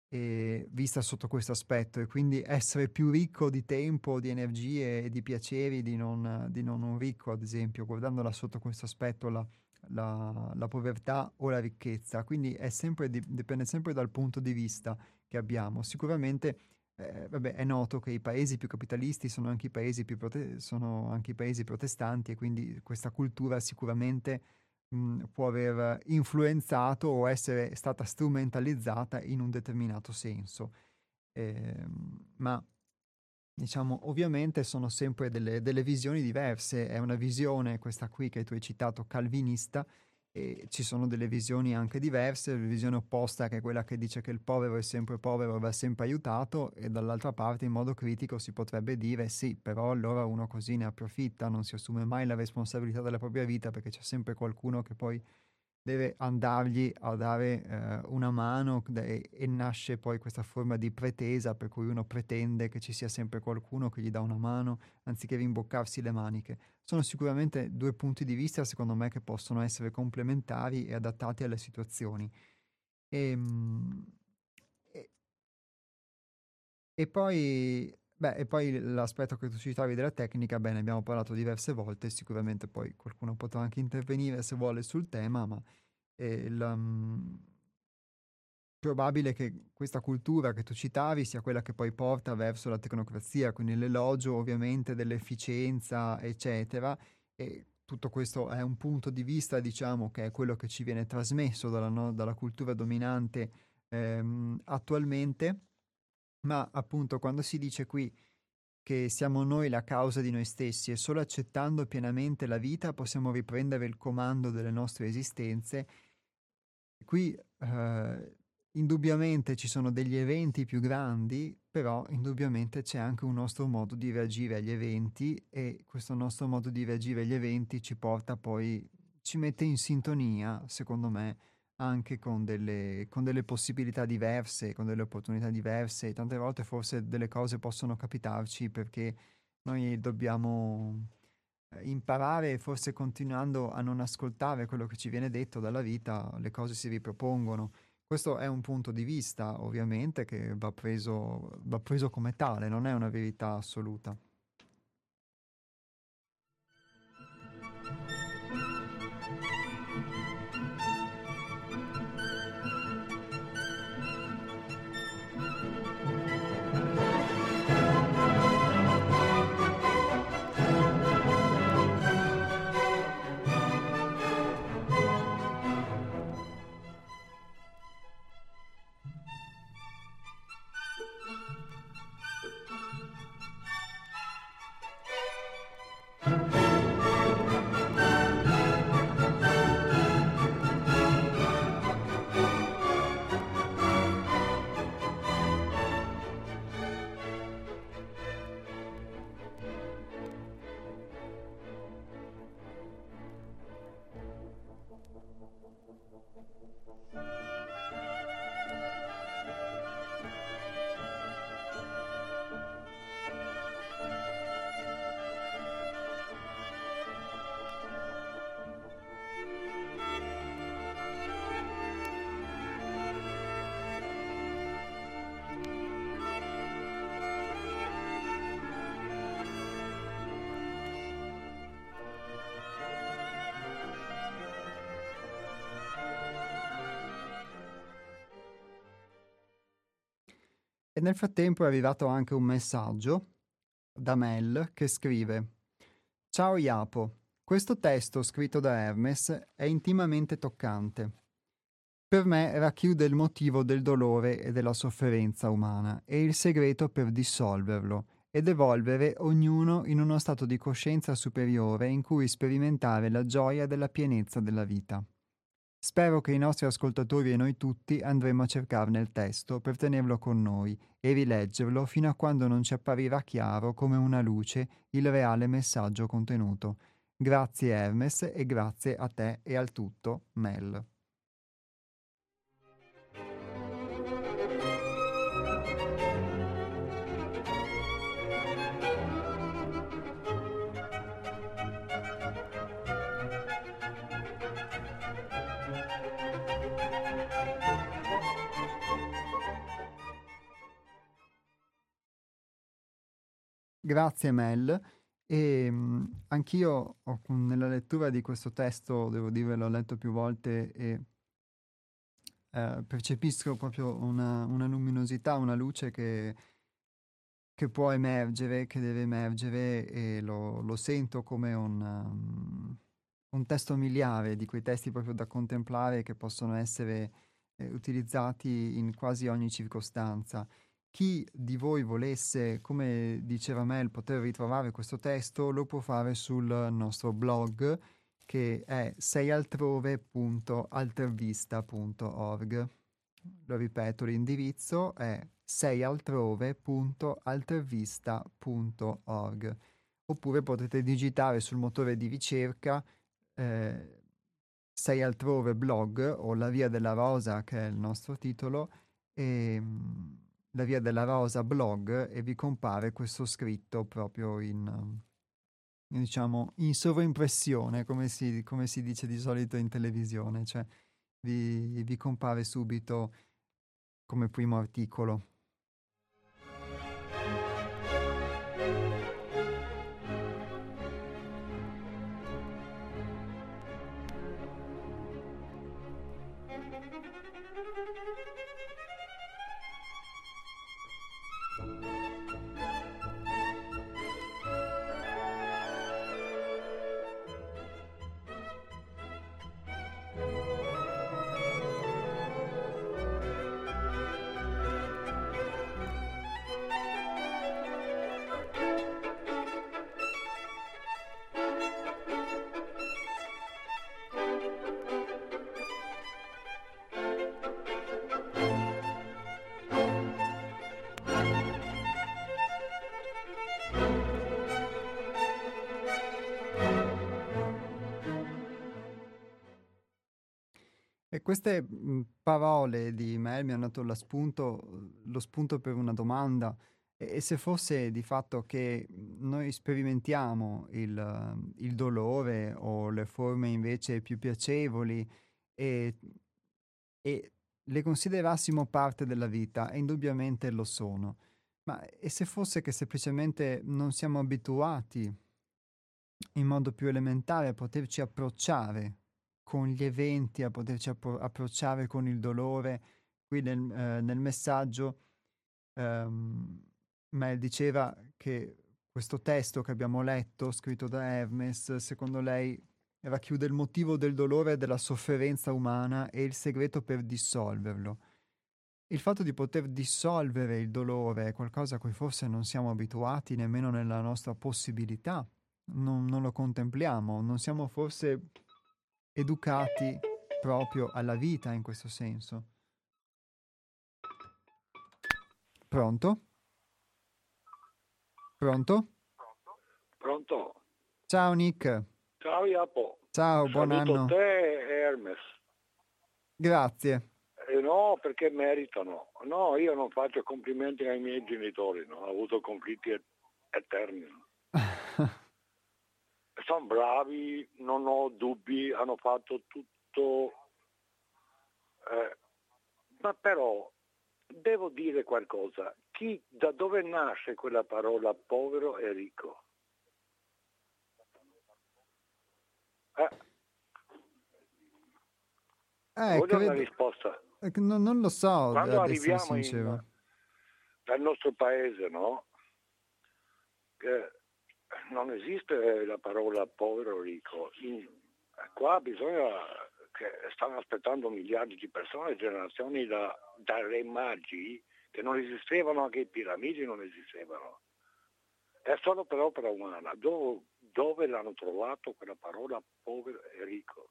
e vista sotto questo aspetto, e quindi essere più ricco di tempo, di energie e di piaceri di non, di non un ricco, ad esempio, guardandola sotto questo aspetto, la, la, la povertà o la ricchezza. Quindi è sempre, di- dipende sempre dal punto di vista che abbiamo. Sicuramente eh, vabbè, è noto che i paesi più capitalisti sono anche i paesi più prote- sono anche i paesi protestanti, e quindi questa cultura sicuramente mh, può aver influenzato o essere stata strumentalizzata in un determinato senso. Ehm, ma diciamo, ovviamente sono sempre delle, delle visioni diverse, è una visione, questa qui che tu hai citato, calvinista, e ci sono delle visioni anche diverse, la visione opposta che è quella che dice che il povero è sempre povero e va sempre aiutato, e dall'altra parte in modo critico si potrebbe dire sì, però allora uno così ne approfitta, non si assume mai la responsabilità della propria vita perché c'è sempre qualcuno che poi deve andargli a dare eh, una mano e, e nasce poi questa forma di pretesa per cui uno pretende che ci sia sempre qualcuno che gli dà una mano anziché rimboccarsi le maniche. Sono sicuramente due punti di vista, secondo me, che possono essere complementari e adattati alle situazioni. E, mm, e- e poi, beh, e poi l'aspetto che tu citavi della tecnica, bene, abbiamo parlato diverse volte, sicuramente poi qualcuno potrà anche intervenire se vuole sul tema, ma eh, il, mm, probabile che questa cultura che tu citavi sia quella che poi porta verso la tecnocrazia, quindi l'elogio ovviamente dell'efficienza, eccetera, e tutto questo è un punto di vista, diciamo, che è quello che ci viene trasmesso dalla, no- dalla cultura dominante ehm, attualmente, ma appunto quando si dice qui che siamo noi la causa di noi stessi e solo accettando pienamente la vita possiamo riprendere il comando delle nostre esistenze. Qui eh, indubbiamente ci sono degli eventi più grandi, però indubbiamente c'è anche un nostro modo di reagire agli eventi, e questo nostro modo di reagire agli eventi ci porta poi, ci mette in sintonia, secondo me, anche con delle, con delle possibilità diverse, con delle opportunità diverse. Tante volte forse delle cose possono capitarci perché noi dobbiamo eh, imparare, e forse continuando a non ascoltare quello che ci viene detto dalla vita, le cose si ripropongono. Questo è un punto di vista, ovviamente, che va preso, va preso come tale, non è una verità assoluta. E nel frattempo è arrivato anche un messaggio da Mel che scrive: Ciao Iapo, questo testo scritto da Hermes è intimamente toccante. Per me racchiude il motivo del dolore e della sofferenza umana e il segreto per dissolverlo ed evolvere ognuno in uno stato di coscienza superiore in cui sperimentare la gioia della pienezza della vita. Spero che i nostri ascoltatori e noi tutti andremo a cercarne il testo per tenerlo con noi e rileggerlo fino a quando non ci apparirà chiaro come una luce il reale messaggio contenuto. Grazie Hermes e grazie a te e al tutto, Mel. Grazie Mel. E mh, anch'io ho- nella lettura di questo testo, devo dire, l'ho letto più volte e eh, percepisco proprio una, una luminosità, una luce che, che può emergere, che deve emergere e lo, lo sento come un, um, un testo miliare di quei testi proprio da contemplare che possono essere eh, utilizzati in quasi ogni circostanza. Chi di voi volesse, come diceva Mel, poter ritrovare questo testo, lo può fare sul nostro blog che è seialtrove punto altervista punto org. Lo ripeto, l'indirizzo è seialtrove punto altervista punto org. Oppure potete digitare sul motore di ricerca eh, Sei altrove blog o La Via della Rosa, che è il nostro titolo, e mm, La Via della Rosa blog, e vi compare questo scritto proprio in, um, diciamo, in sovraimpressione, come si, come si dice di solito in televisione, cioè vi, vi compare subito come primo articolo. E queste mh, parole di Mel mi hanno dato la spunto- lo spunto per una domanda. E, e se fosse di fatto che noi sperimentiamo il, eh, il dolore o le forme invece più piacevoli e, e le considerassimo parte della vita, e indubbiamente lo sono, ma e se fosse che semplicemente non siamo abituati in modo più elementare a poterci approcciare con gli eventi, a poterci appro- approcciare con il dolore. Qui nel, eh, nel messaggio ehm, Mel diceva che questo testo che abbiamo letto, scritto da Hermes, secondo lei racchiude il motivo del dolore e della sofferenza umana e il segreto per dissolverlo. Il fatto di poter dissolvere il dolore è qualcosa a cui forse non siamo abituati nemmeno nella nostra possibilità, non, non lo contempliamo, non siamo forse educati proprio alla vita in questo senso. Pronto? Pronto? Pronto? Ciao Nick. Ciao Iapo. Ciao, buon Saluto anno. te e Hermes. Grazie. Eh, no, perché meritano. No, io non faccio complimenti ai miei genitori, no? Ho avuto conflitti et- eterni. Sono bravi, non ho dubbi, hanno fatto tutto. Eh, ma però devo dire qualcosa. Chi, da dove nasce quella parola povero e ricco? Eh, Eh, voglio una credo... risposta. eh, no- non lo so, Quando ad essere arriviamo in, sincero. dal nostro paese, no? Che non esiste la parola povero o ricco. In, qua bisogna, che stanno aspettando miliardi di persone, generazioni da, da re magi, che non esistevano, anche i piramidi non esistevano. È solo per opera umana. Dove, dove l'hanno trovato quella parola povero e ricco?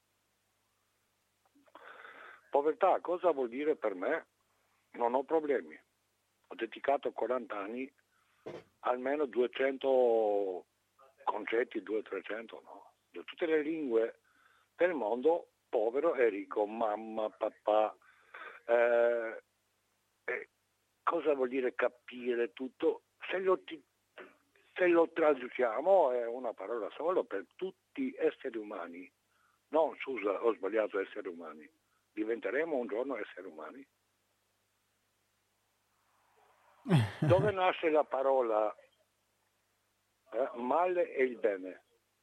Povertà, cosa vuol dire per me? Non ho problemi. Ho dedicato quaranta anni, almeno duecento concetti, duecento trecento, no? Di tutte le lingue del mondo, povero e ricco, mamma, papà. Eh, eh, cosa vuol dire capire tutto? Se lo, se lo traduciamo è una parola sola per tutti esseri umani. No, scusa, ho sbagliato, esseri umani. Diventeremo un giorno esseri umani. Dove nasce la parola eh, male e il bene?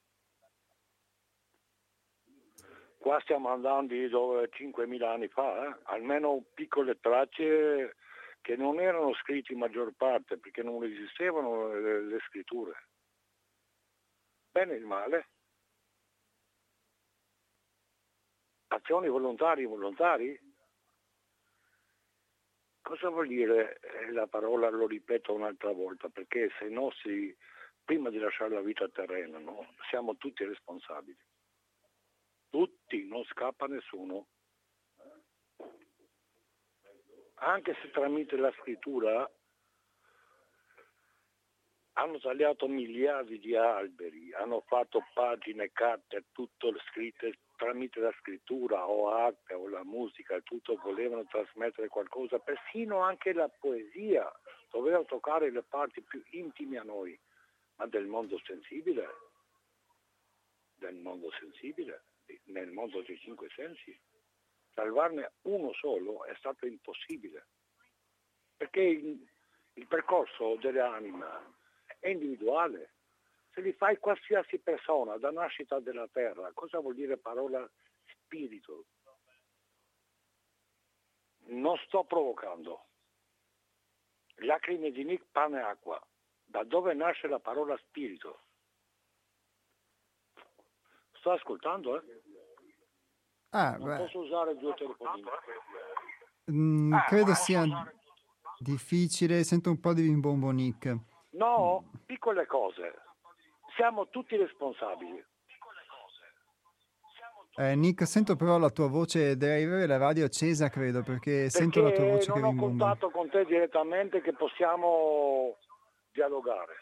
Qua stiamo andando dove cinquemila anni fa, eh? Almeno piccole tracce che non erano scritte in maggior parte perché non esistevano le, le scritture. Bene e il male? Azioni volontarie e involontari? Cosa vuol dire la parola, lo ripeto un'altra volta, perché se no si, prima di lasciare la vita terrena, no, siamo tutti responsabili. Tutti, non scappa nessuno. Anche se tramite la scrittura hanno tagliato miliardi di alberi, hanno fatto pagine, carte, tutto scritte tramite la scrittura o arte o la musica, tutto volevano trasmettere qualcosa, persino anche la poesia doveva toccare le parti più intime a noi, ma del mondo sensibile, del mondo sensibile, nel mondo dei cinque sensi, salvarne uno solo è stato impossibile, perché il, il percorso dell'anima è individuale. Se li fai qualsiasi persona da nascita della terra, cosa vuol dire parola spirito? Non sto provocando. Lacrime di Nick, pane e acqua. Da dove nasce la parola spirito? Sto ascoltando, eh? Ah, non beh, posso usare due telefonini. mm, credo sia difficile, sento un po' di imbombonic. No, piccole cose. Siamo tutti responsabili. Eh, Nick, sento però la tua voce, devi avere la radio accesa, credo, perché sento la tua Perché voce che non ho rimbomba. contatto con te direttamente che possiamo dialogare.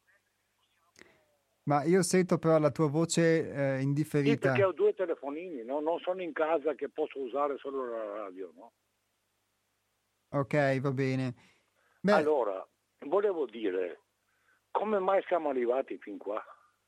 Ma io sento però la tua voce eh, Sì, indifferita. perché ho due telefonini, no? Non sono in casa che posso usare solo la radio, no? Ok, va bene. Beh, Allora, volevo dire, come mai siamo arrivati fin qua?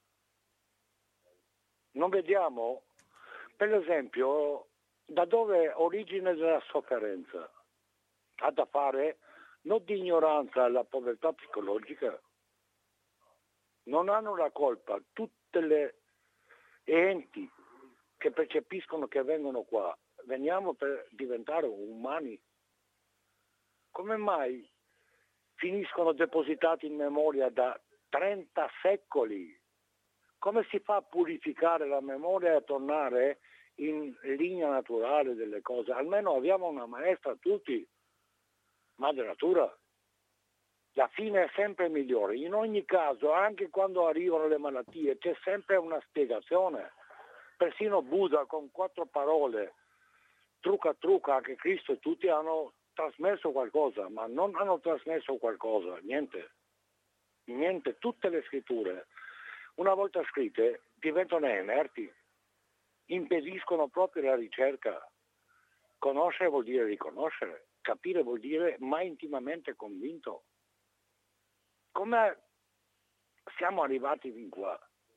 Non vediamo, per esempio, da dove origine della sofferenza? Ha da fare non di ignoranza la povertà psicologica. Non hanno la colpa tutte le enti che percepiscono che vengono qua. Veniamo per diventare umani. Come mai finiscono depositati in memoria da trenta secoli? Come si fa a purificare la memoria e a tornare in linea naturale delle cose? Almeno abbiamo una maestra tutti, madre natura. La fine è sempre migliore. In ogni caso, anche quando arrivano le malattie, c'è sempre una spiegazione. Persino Buddha con quattro parole, trucca trucca, anche Cristo e tutti hanno trasmesso qualcosa, ma non hanno trasmesso qualcosa, niente. Niente, tutte le scritture, una volta scritte, diventano inerti, impediscono proprio la ricerca. Conoscere vuol dire riconoscere, capire vuol dire mai intimamente convinto. Come siamo arrivati fin qua?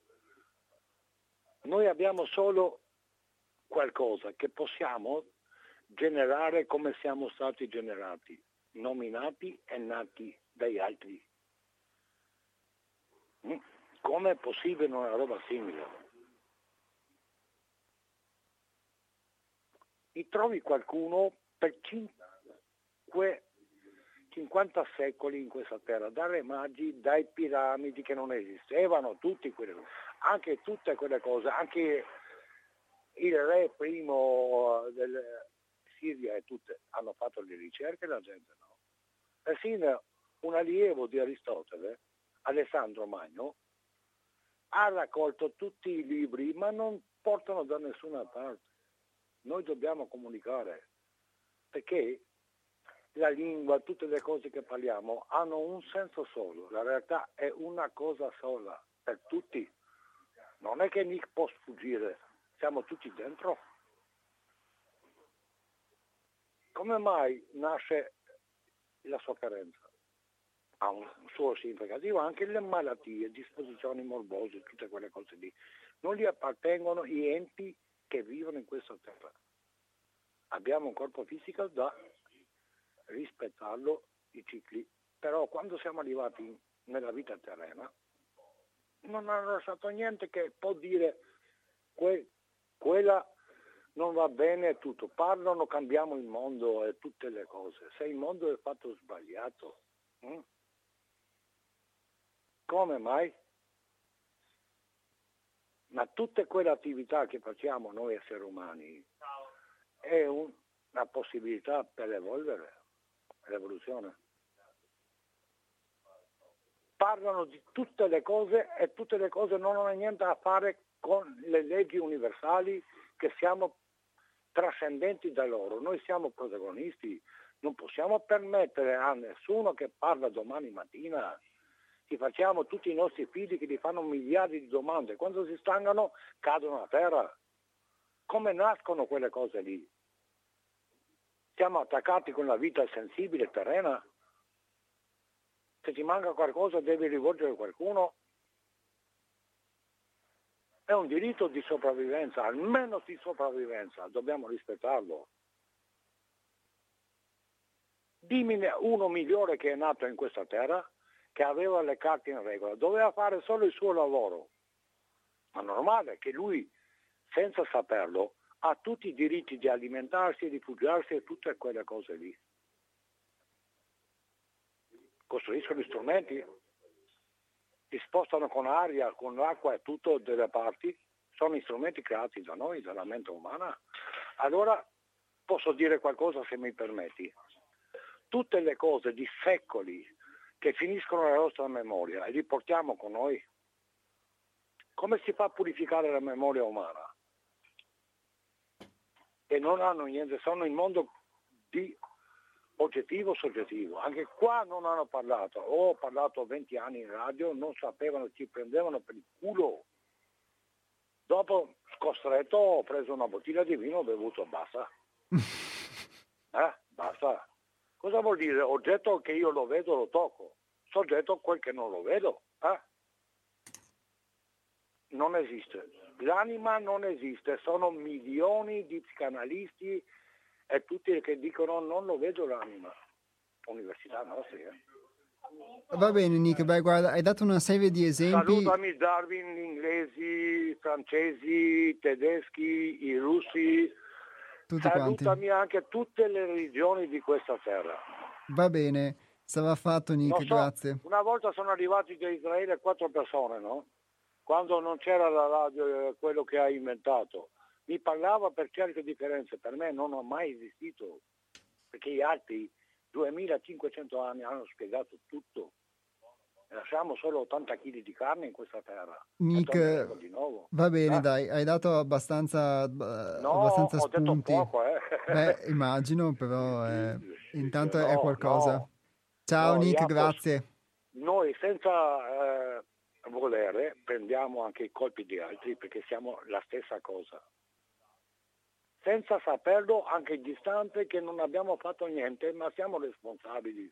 Noi abbiamo solo qualcosa che possiamo generare come siamo stati generati, nominati e nati dagli altri. Come è possibile una roba simile? Mi trovi qualcuno per cinque cinquanta secoli in questa terra, dai re magi, dai piramidi che non esistevano, tutti quelle, anche tutte quelle cose, anche il re primo del Siria e tutte hanno fatto le ricerche, la gente no. Persino un allievo di Aristotele, Alessandro Magno, ha raccolto tutti i libri, ma non portano da nessuna parte. Noi dobbiamo comunicare, perché la lingua, tutte le cose che parliamo hanno un senso solo, la realtà è una cosa sola per tutti. Non è che Nick può sfuggire, siamo tutti dentro. Come mai nasce la sofferenza? Ha un suo significativo, anche le malattie, disposizioni morbose, tutte quelle cose lì. Non gli appartengono gli enti che vivono in questa terra. Abbiamo un corpo fisico da rispettarlo, i cicli, però quando siamo arrivati nella vita terrena non hanno lasciato niente che può dire que- quella non va bene e tutto. Parlano, cambiamo il mondo e tutte le cose. Se il mondo è fatto sbagliato, hm? Come mai? Ma tutte quelle attività che facciamo noi esseri umani è un, una possibilità per evolvere, l'evoluzione. Parlano di tutte le cose e tutte le cose non hanno niente a fare con le leggi universali, che siamo trascendenti da loro. Noi siamo protagonisti, non possiamo permettere a nessuno che parla domani mattina. Ci facciamo tutti i nostri figli che gli fanno miliardi di domande, quando si stangano cadono a terra. Come nascono quelle cose lì? Siamo attaccati con la vita sensibile, terrena. Se ti manca qualcosa devi rivolgere a qualcuno. È un diritto di sopravvivenza, almeno di sopravvivenza, dobbiamo rispettarlo. Dimmi uno migliore che è nato in questa terra, che aveva le carte in regola, doveva fare solo il suo lavoro. Ma normale che lui, senza saperlo, ha tutti i diritti di alimentarsi, rifugiarsi e tutte quelle cose lì. Costruiscono strumenti, si spostano con aria, con l'acqua e tutto delle parti, sono strumenti creati da noi, dalla mente umana. Allora posso dire qualcosa, se mi permetti. Tutte le cose di secoli che finiscono nella nostra memoria e li portiamo con noi, come si fa a purificare la memoria umana? E non hanno niente, sono il mondo di oggettivo soggettivo. Anche qua non hanno parlato. Ho parlato venti anni in radio, non sapevano, ci prendevano per il culo. Dopo, scostretto, ho preso una bottiglia di vino, ho bevuto, basta. Eh, basta. Cosa vuol dire? Oggetto che io lo vedo, lo tocco. Soggetto quel che non lo vedo. Eh? Non esiste. L'anima non esiste. Sono milioni di psicanalisti e tutti che dicono non lo vedo l'anima. Università nostre. Eh? Va bene Nick, beh guarda, hai dato una serie di esempi. Salutami Darwin, gli inglesi, i francesi, i tedeschi, i russi. Tutti Salutami quanti. anche tutte le religioni di questa terra. Va bene, sarà fatto Nick, Non so, grazie. una volta sono arrivati da Israele quattro persone, no? Quando non c'era la radio, eh, quello che ha inventato. Mi parlava per certe differenze, per me non ho mai esistito, perché gli altri duemilacinquecento anni hanno spiegato tutto. Lasciamo solo ottanta chili di carne in questa terra. Nick, Di nuovo. va bene, Eh? dai, hai dato abbastanza, No, abbastanza ho detto spunti. poco, eh. Beh, immagino, però eh, intanto no, è qualcosa. no. Ciao No, Nick, Jacopo, grazie. Noi senza eh, volere prendiamo anche i colpi di altri, perché siamo la stessa cosa. Senza saperlo, anche distante, che non abbiamo fatto niente, ma siamo responsabili.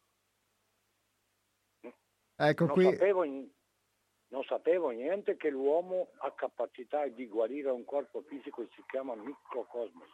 Ecco Non qui. sapevo, non sapevo niente che l'uomo ha capacità di guarire un corpo fisico che si chiama microcosmos.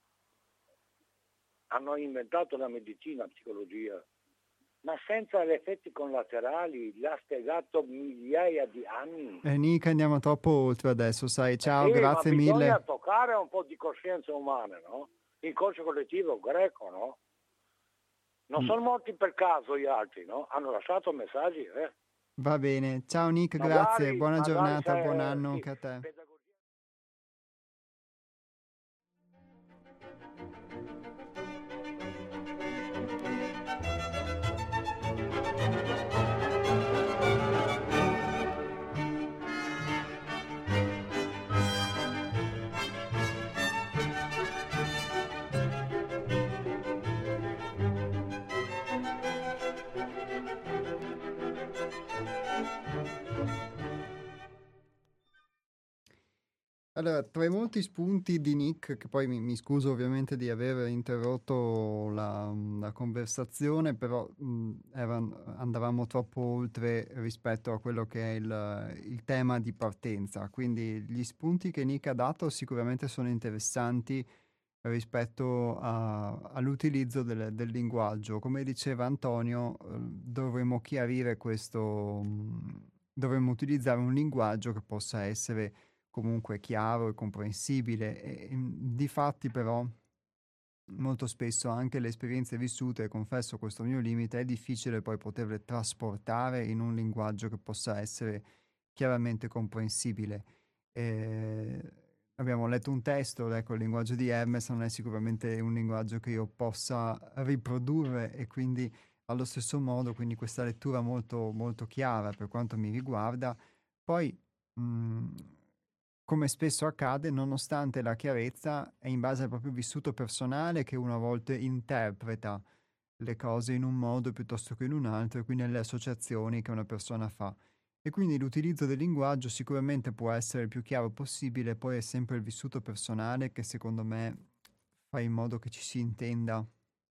Hanno inventato la medicina, la psicologia, ma senza gli effetti collaterali, l'ha spiegato migliaia di anni. Eh, Nick, andiamo troppo oltre adesso, sai. Ciao, sì, grazie ma mille. bisogna toccare un po' di coscienza umana, no? Inconscio collettivo greco, no? Non Mm. sono morti per caso gli altri, no? Hanno lasciato messaggi, eh? Va bene. Ciao Nick, grazie, Magari, buona magari giornata, se, buon eh, anno sì, anche a te. pedagogia. Allora, tra i molti spunti di Nick, che poi mi, mi scuso ovviamente di aver interrotto la, la conversazione, però mh, eran- andavamo troppo oltre rispetto a quello che è il, il tema di partenza. Quindi gli spunti che Nick ha dato sicuramente sono interessanti rispetto a- all'utilizzo del, del linguaggio. Come diceva Antonio, eh, dovremmo chiarire questo, mh, dovremmo utilizzare un linguaggio che possa essere comunque chiaro e comprensibile. E, mm, difatti però molto spesso anche le esperienze vissute, e confesso questo mio limite, è difficile poi poterle trasportare in un linguaggio che possa essere chiaramente comprensibile. Eh, abbiamo letto un testo, ecco, il linguaggio di Hermes non è sicuramente un linguaggio che io possa riprodurre e quindi allo stesso modo, quindi questa lettura molto, molto chiara per quanto mi riguarda. Poi, mh, come spesso accade, nonostante la chiarezza, è in base al proprio vissuto personale che uno a volte interpreta le cose in un modo piuttosto che in un altro, e quindi le associazioni che una persona fa. E quindi l'utilizzo del linguaggio sicuramente può essere il più chiaro possibile, poi è sempre il vissuto personale che secondo me fa in modo che ci si intenda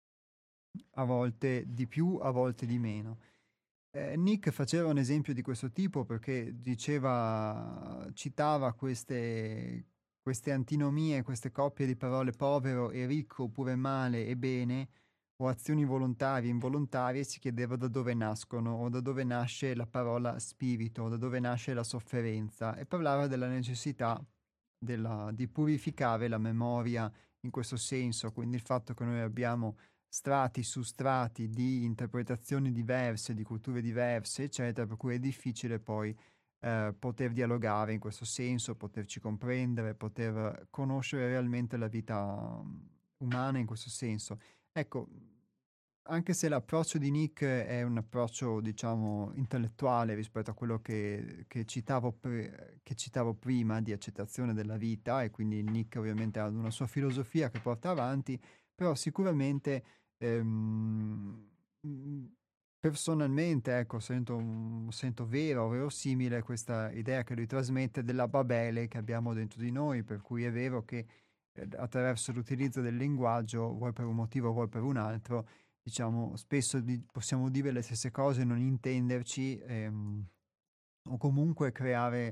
a volte di più, a volte di meno. Eh, Nick faceva un esempio di questo tipo perché diceva, citava queste, queste antinomie, queste coppie di parole povero e ricco, oppure male e bene, o azioni volontarie e involontarie, e si chiedeva da dove nascono, o da dove nasce la parola spirito, o da dove nasce la sofferenza, e parlava della necessità della- di purificare la memoria in questo senso, quindi il fatto che noi abbiamo strati su strati di interpretazioni diverse, di culture diverse, eccetera, per cui è difficile poi eh, poter dialogare in questo senso, poterci comprendere, poter conoscere realmente la vita mm, umana in questo senso. Ecco, anche se l'approccio di Nick è un approccio, diciamo, intellettuale rispetto a quello che, che citavo, pre- che citavo prima di accettazione della vita, e quindi Nick ovviamente ha una sua filosofia che porta avanti, però sicuramente ehm, mm, personalmente, ecco, sento, un- sento vero, verosimile questa idea che lui trasmette della Babele che abbiamo dentro di noi, per cui è vero che eh, attraverso l'utilizzo del linguaggio, vuoi per un motivo, vuoi per un altro, diciamo, spesso di- possiamo dire le stesse cose, non intenderci, ehm, o comunque creare,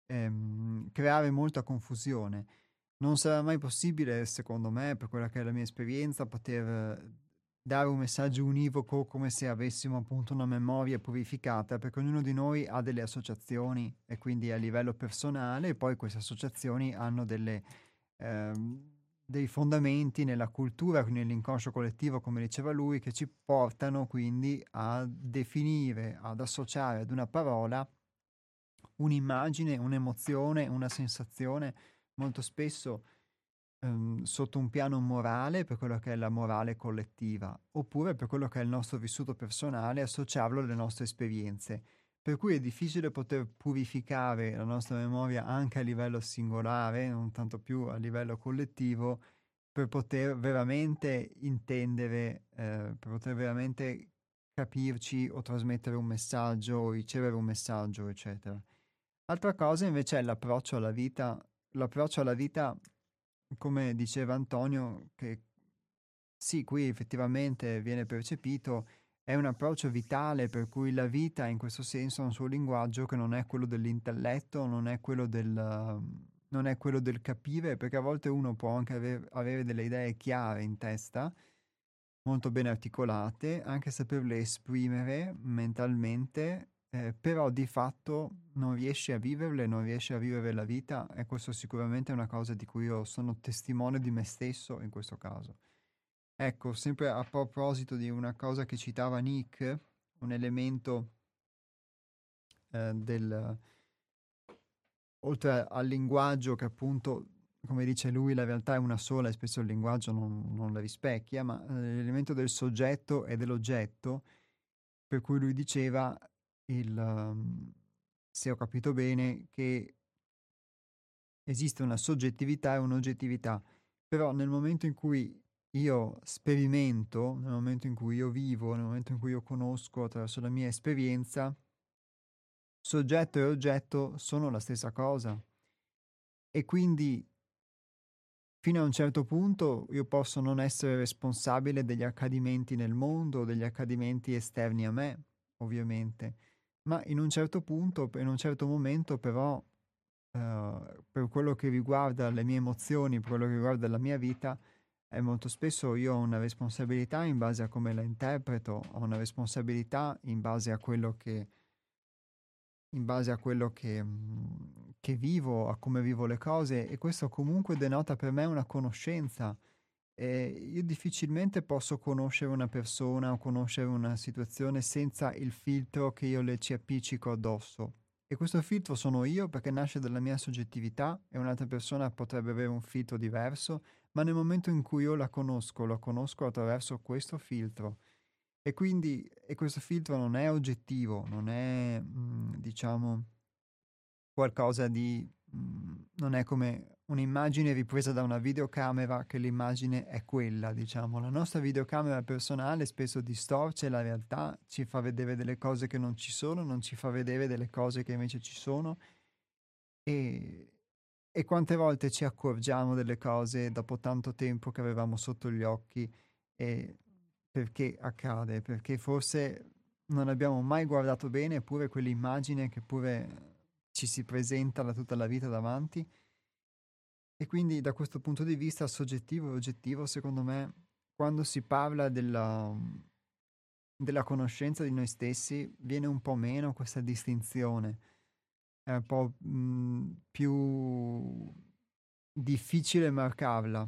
ehm, creare molta confusione. Non sarà mai possibile, secondo me, per quella che è la mia esperienza, poter eh, dare un messaggio univoco come se avessimo appunto una memoria purificata, perché ognuno di noi ha delle associazioni e quindi a livello personale, e poi queste associazioni hanno delle, ehm, dei fondamenti nella cultura, quindi nell'inconscio collettivo, come diceva lui, che ci portano quindi a definire, ad associare ad una parola un'immagine, un'emozione, una sensazione, molto spesso ehm, sotto un piano morale, per quello che è la morale collettiva, oppure per quello che è il nostro vissuto personale, associarlo alle nostre esperienze. Per cui è difficile poter purificare la nostra memoria anche a livello singolare, non tanto più a livello collettivo, per poter veramente intendere, eh, per poter veramente capirci o trasmettere un messaggio o ricevere un messaggio, eccetera. Altra cosa invece è l'approccio alla vita. L'approccio alla vita, come diceva Antonio, che sì, qui effettivamente viene percepito, è un approccio vitale per cui la vita in questo senso ha un suo linguaggio che non è quello dell'intelletto, non è quello del, non è quello del capire, perché a volte uno può anche aver- avere delle idee chiare in testa, molto ben articolate, anche saperle esprimere mentalmente, eh, però di fatto non riesce a viverle, non riesce a vivere la vita, e questo sicuramente è una cosa di cui io sono testimone di me stesso in questo caso. Ecco, sempre a proposito di una cosa che citava Nick, un elemento eh, del, oltre al linguaggio che appunto, come dice lui, la realtà è una sola e spesso il linguaggio non, non la rispecchia, ma eh, l'elemento del soggetto e dell'oggetto, per cui lui diceva, il, um, se ho capito bene, che esiste una soggettività e un'oggettività, però nel momento in cui io sperimento, nel momento in cui io vivo, nel momento in cui io conosco attraverso la mia esperienza, soggetto e oggetto sono la stessa cosa. E quindi fino a un certo punto io posso non essere responsabile degli accadimenti nel mondo, degli accadimenti esterni a me, ovviamente, ma in un certo punto, in un certo momento però, eh, per quello che riguarda le mie emozioni, per quello che riguarda la mia vita, eh, molto spesso io ho una responsabilità in base a come la interpreto, ho una responsabilità in base a quello che in base a quello che, mhmm, che vivo, a come vivo le cose, e questo comunque denota per me una conoscenza. Ehm, io difficilmente posso conoscere una persona o conoscere una situazione senza il filtro che io le ci appiccico addosso. E questo filtro sono io, perché nasce dalla mia soggettività, e un'altra persona potrebbe avere un filtro diverso, ma nel momento in cui io la conosco, la conosco attraverso questo filtro. E quindi e questo filtro non è oggettivo, non è, mhmm, diciamo qualcosa di mhmm, non è come un'immagine ripresa da una videocamera, che l'immagine è quella, diciamo. La nostra videocamera personale spesso distorce la realtà, ci fa vedere delle cose che non ci sono, non ci fa vedere delle cose che invece ci sono, e e quante volte ci accorgiamo delle cose dopo tanto tempo che avevamo sotto gli occhi, e perché accade? Perché forse non abbiamo mai guardato bene, eppure quell'immagine che pure ci si presenta da tutta la vita davanti. E quindi da questo punto di vista soggettivo e oggettivo, secondo me, quando si parla della, della conoscenza di noi stessi, viene un po' meno questa distinzione. È un po' mh, più difficile marcarla.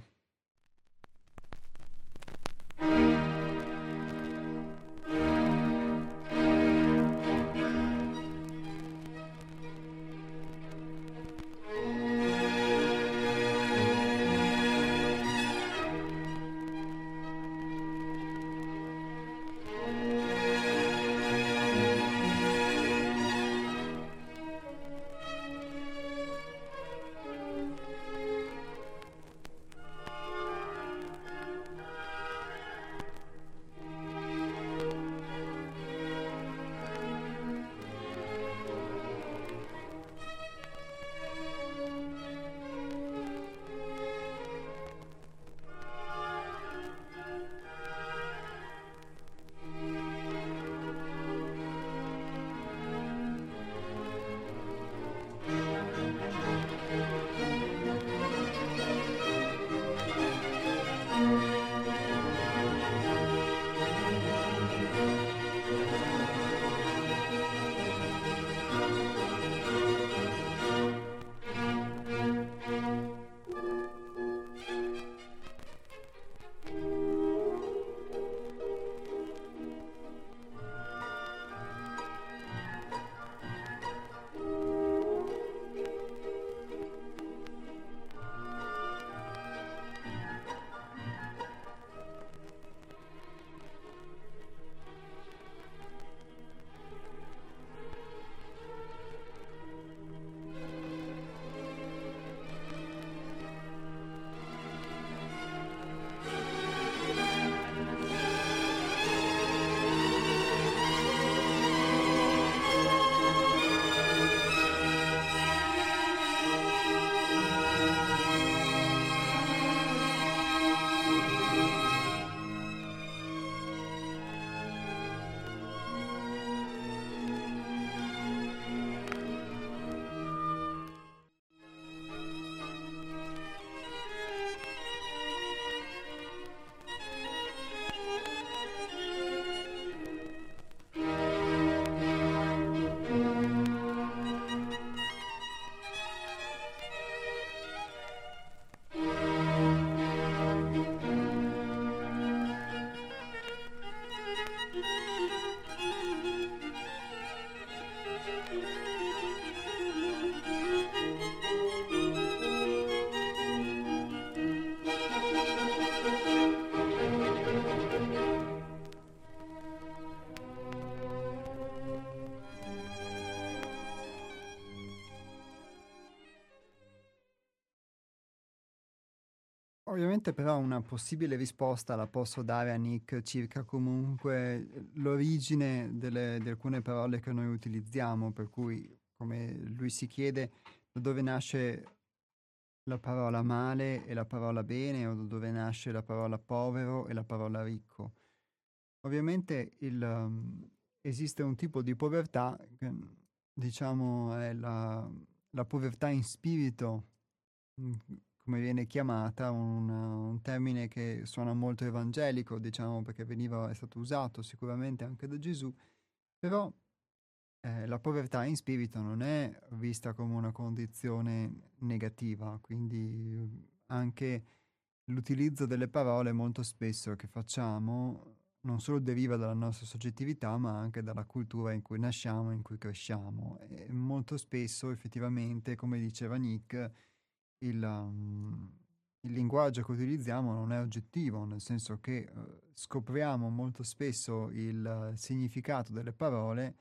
Ovviamente però una possibile risposta la posso dare a Nick circa comunque l'origine delle, di alcune parole che noi utilizziamo, per cui come lui si chiede da dove nasce la parola male e la parola bene o da dove nasce la parola povero e la parola ricco. Ovviamente il, um, esiste un tipo di povertà che diciamo è la, la povertà in spirito, mm, come viene chiamata, un, un termine che suona molto evangelico, diciamo, perché veniva, è stato usato sicuramente anche da Gesù, però eh, la povertà in spirito non è vista come una condizione negativa, quindi eh, anche l'utilizzo delle parole molto spesso che facciamo non solo deriva dalla nostra soggettività, ma anche dalla cultura in cui nasciamo, in cui cresciamo. E molto spesso, effettivamente, come diceva Nick, il, um, il linguaggio che utilizziamo non è oggettivo, nel senso che eh, scopriamo molto spesso il eh, significato delle parole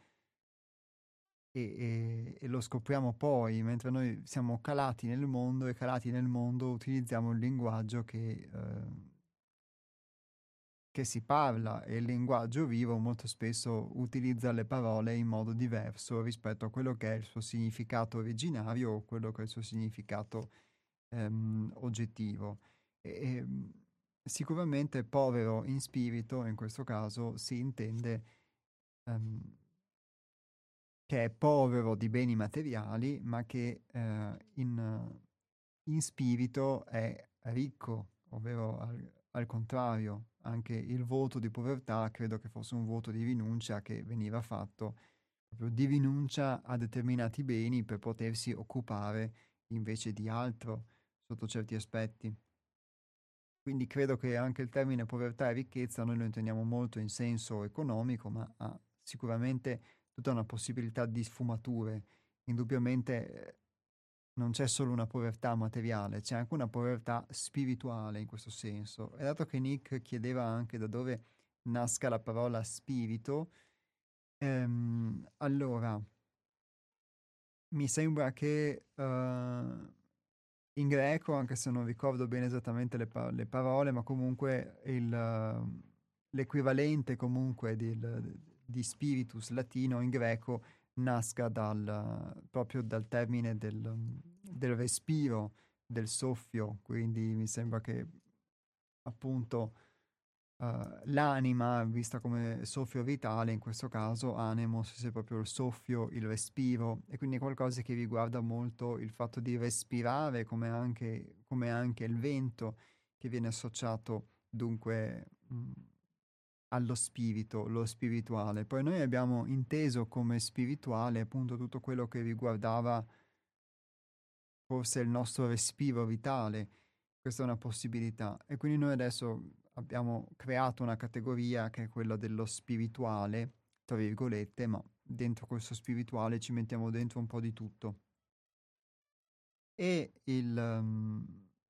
e, e- e lo scopriamo poi, mentre noi siamo calati nel mondo e calati nel mondo utilizziamo il linguaggio che, eh, che si parla e il linguaggio vivo molto spesso utilizza le parole in modo diverso rispetto a quello che è il suo significato originario o quello che è il suo significato ehm, oggettivo. E, e, sicuramente povero in spirito, in questo caso, si intende ehm, che è povero di beni materiali, ma che eh, in, in spirito è ricco, ovvero al, al contrario, anche il voto di povertà credo che fosse un voto di rinuncia che veniva fatto proprio di rinuncia a determinati beni per potersi occupare invece di altro sotto certi aspetti. Quindi credo che anche il termine povertà e ricchezza noi lo intendiamo molto in senso economico, ma ha sicuramente tutta una possibilità di sfumature. Indubbiamente eh, non c'è solo una povertà materiale, c'è anche una povertà spirituale in questo senso. E dato che Nick chiedeva anche da dove nasca la parola spirito, ehm, allora mi sembra che eh, in greco, anche se non ricordo bene esattamente le, pa- le parole, ma comunque il, eh, l'equivalente comunque del- di spiritus latino in greco nasca dal, proprio dal termine del, del respiro, del soffio, quindi mi sembra che appunto eh, l'anima, vista come soffio vitale, in questo caso animus, sia proprio il soffio, il respiro, e quindi è qualcosa che riguarda molto il fatto di respirare, come anche, come anche il vento, che viene associato dunque mh, allo spirito, lo spirituale. Poi noi abbiamo inteso come spirituale appunto tutto quello che riguardava forse il nostro respiro vitale. Questa è una possibilità. E quindi noi adesso abbiamo creato una categoria che è quella dello spirituale, tra virgolette, ma dentro questo spirituale ci mettiamo dentro un po' di tutto. E il, um,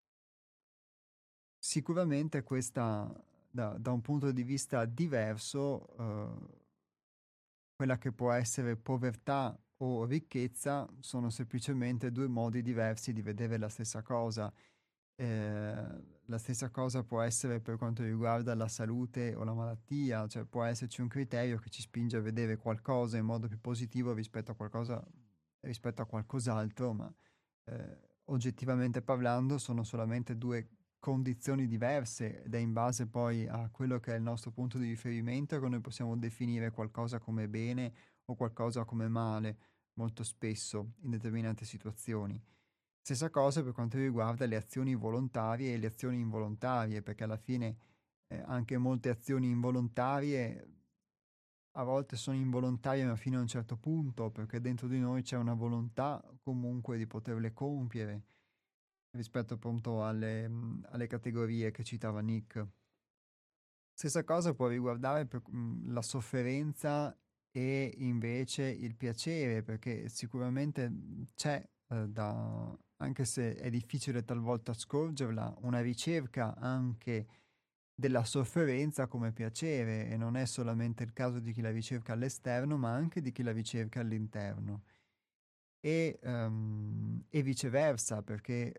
sicuramente questa, da, da un punto di vista diverso, uh, quella che può essere povertà o ricchezza sono semplicemente due modi diversi di vedere la stessa cosa. Eh, la stessa cosa può essere per quanto riguarda la salute o la malattia, cioè può esserci un criterio che ci spinge a vedere qualcosa in modo più positivo rispetto a qualcosa, rispetto a qualcos'altro, ma eh, oggettivamente parlando sono solamente due condizioni diverse ed è in base poi a quello che è il nostro punto di riferimento che noi possiamo definire qualcosa come bene o qualcosa come male, molto spesso in determinate situazioni. Stessa cosa per quanto riguarda le azioni volontarie e le azioni involontarie, perché alla fine eh, anche molte azioni involontarie a volte sono involontarie ma fino a un certo punto, perché dentro di noi c'è una volontà comunque di poterle compiere rispetto appunto alle, mh, alle categorie che citava Nick. Stessa cosa può riguardare per- mh, la sofferenza e invece il piacere, perché sicuramente mh, c'è, eh, da, anche se è difficile talvolta scorgerla, una ricerca anche della sofferenza come piacere e non è solamente il caso di chi la ricerca all'esterno, ma anche di chi la ricerca all'interno. E, ehm, e viceversa, perché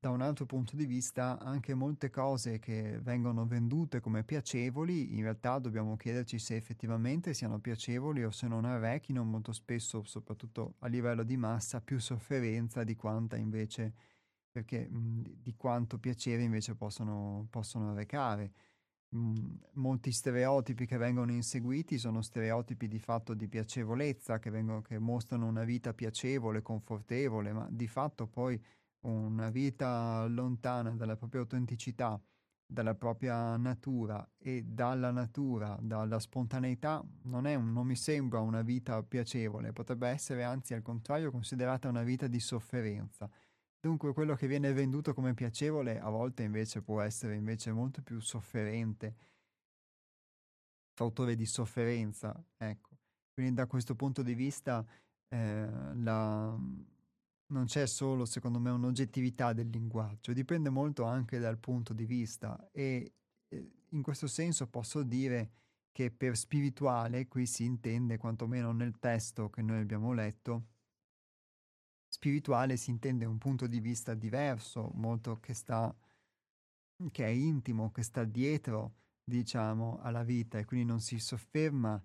da un altro punto di vista, anche molte cose che vengono vendute come piacevoli, in realtà dobbiamo chiederci se effettivamente siano piacevoli o se non arrechino molto spesso, soprattutto a livello di massa, più sofferenza di quanta invece, perché mh, di di quanto piacere invece possono, possono arrecare. Mhmm, molti stereotipi che vengono inseguiti sono stereotipi di fatto di piacevolezza, che vengono che mostrano una vita piacevole, confortevole, ma di fatto poi una vita lontana dalla propria autenticità, dalla propria natura e dalla natura, dalla spontaneità, non è un non mi sembra una vita piacevole, potrebbe essere anzi al contrario considerata una vita di sofferenza. Dunque quello che viene venduto come piacevole a volte invece può essere invece molto più sofferente, fautore di sofferenza, ecco. Quindi da questo punto di vista, ehm, la mhmm, non c'è solo secondo me un'oggettività del linguaggio, dipende molto anche dal punto di vista e, ehm, in questo senso posso dire che per spirituale qui si intende, quantomeno nel testo che noi abbiamo letto, spirituale si intende un punto di vista diverso, molto che sta che è intimo, che sta dietro, diciamo, alla vita e quindi non si sofferma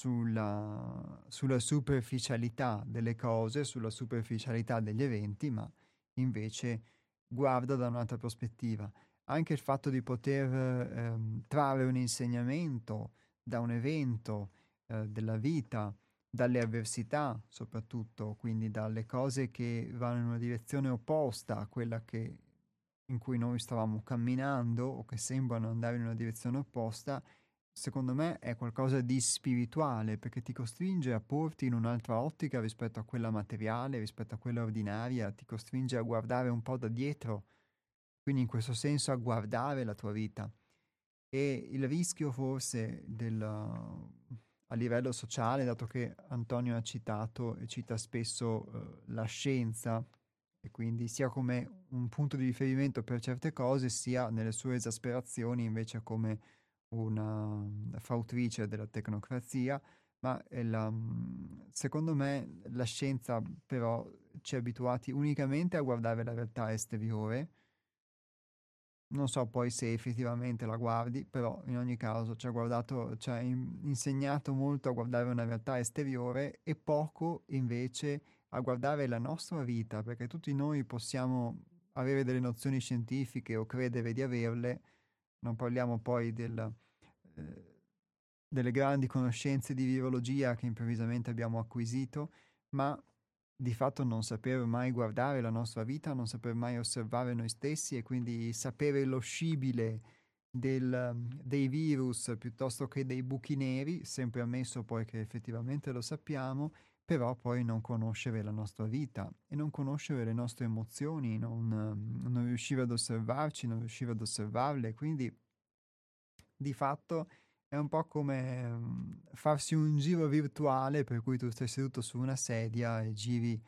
sulla sulla superficialità delle cose, sulla superficialità degli eventi, ma invece guarda da un'altra prospettiva. Anche il fatto di poter, ehm, trarre un insegnamento da un evento, ehm, della vita, dalle avversità soprattutto, quindi dalle cose che vanno in una direzione opposta a quella che in cui noi stavamo camminando o che sembrano andare in una direzione opposta, secondo me è qualcosa di spirituale perché ti costringe a porti in un'altra ottica rispetto a quella materiale, rispetto a quella ordinaria, ti costringe a guardare un po' da dietro, quindi in questo senso a guardare la tua vita. E il rischio forse del, a livello sociale, dato che Antonio ha citato e cita spesso eh, la scienza, e quindi sia come un punto di riferimento per certe cose, sia nelle sue esasperazioni invece come una mm, fautrice della tecnocrazia, ma è la, mm, secondo me la scienza però ci ha abituati unicamente a guardare la realtà esteriore. Non so poi se effettivamente la guardi, però in ogni caso ci ha guardato, ci ha in- insegnato molto a guardare una realtà esteriore e poco invece a guardare la nostra vita, perché tutti noi possiamo avere delle nozioni scientifiche o credere di averle, non parliamo poi del, eh, delle grandi conoscenze di virologia che improvvisamente abbiamo acquisito, ma di fatto non saper mai guardare la nostra vita, non saper mai osservare noi stessi e quindi sapere lo scibile del, dei virus piuttosto che dei buchi neri, sempre ammesso poi che effettivamente lo sappiamo, però poi non conoscere la nostra vita e non conoscere le nostre emozioni, non, non riuscire ad osservarci, non riuscire ad osservarle, quindi di fatto è un po' come, mhmm, farsi un giro virtuale per cui tu stai seduto su una sedia e giri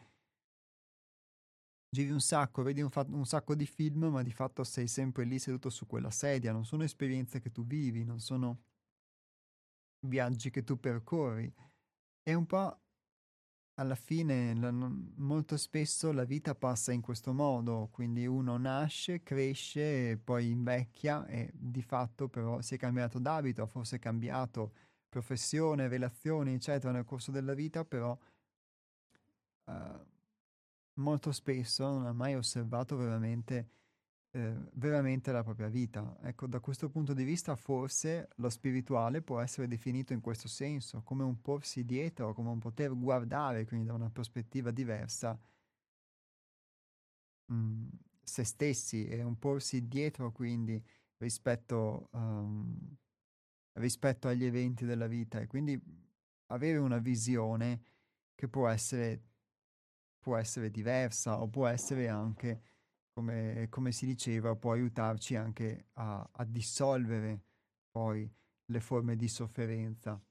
giri un sacco, vedi un fa un sacco di film, ma di fatto sei sempre lì seduto su quella sedia, non sono esperienze che tu vivi, non sono viaggi che tu percorri. È un po' alla fine la non molto spesso la vita passa in questo modo, quindi uno nasce, cresce, e poi invecchia e di fatto però si è cambiato d'abito, ha forse cambiato professione, relazioni, eccetera nel corso della vita, però, uhm, molto spesso non ha mai osservato veramente ehm, veramente la propria vita. Ecco, da questo punto di vista forse lo spirituale può essere definito in questo senso, come un porsi dietro, come un poter guardare, quindi da una prospettiva diversa, mhmm, se stessi e un porsi dietro quindi rispetto uhm, rispetto agli eventi della vita e quindi avere una visione che può essere può essere diversa o può essere anche, come come si diceva, può aiutarci anche a a dissolvere poi le forme di sofferenza.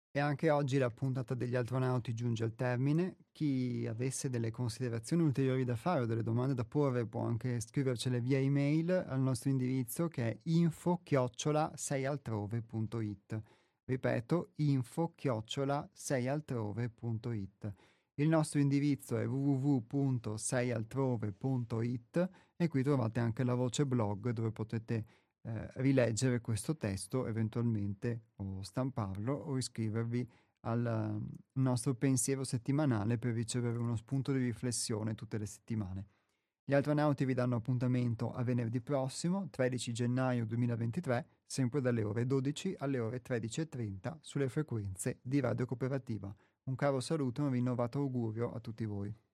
E anche oggi la puntata degli Astronauti giunge al termine. Chi avesse delle considerazioni ulteriori da fare o delle domande da porre può anche scrivercele via email al nostro indirizzo che è info chiocciola seialtrove punto it. Ripeto, info chiocciola seialtrove punto it. Il nostro indirizzo è w w w punto seialtrove punto it e qui trovate anche la voce blog dove potete eh, rileggere questo testo eventualmente o stamparlo o iscrivervi al uh, nostro pensiero settimanale per ricevere uno spunto di riflessione tutte le settimane. Gli Astronauti vi danno appuntamento a venerdì prossimo, tredici gennaio duemilaventitré, sempre dalle ore dodici alle ore tredici e trenta sulle frequenze di Radio Cooperativa. Un caro saluto e un rinnovato augurio a tutti voi.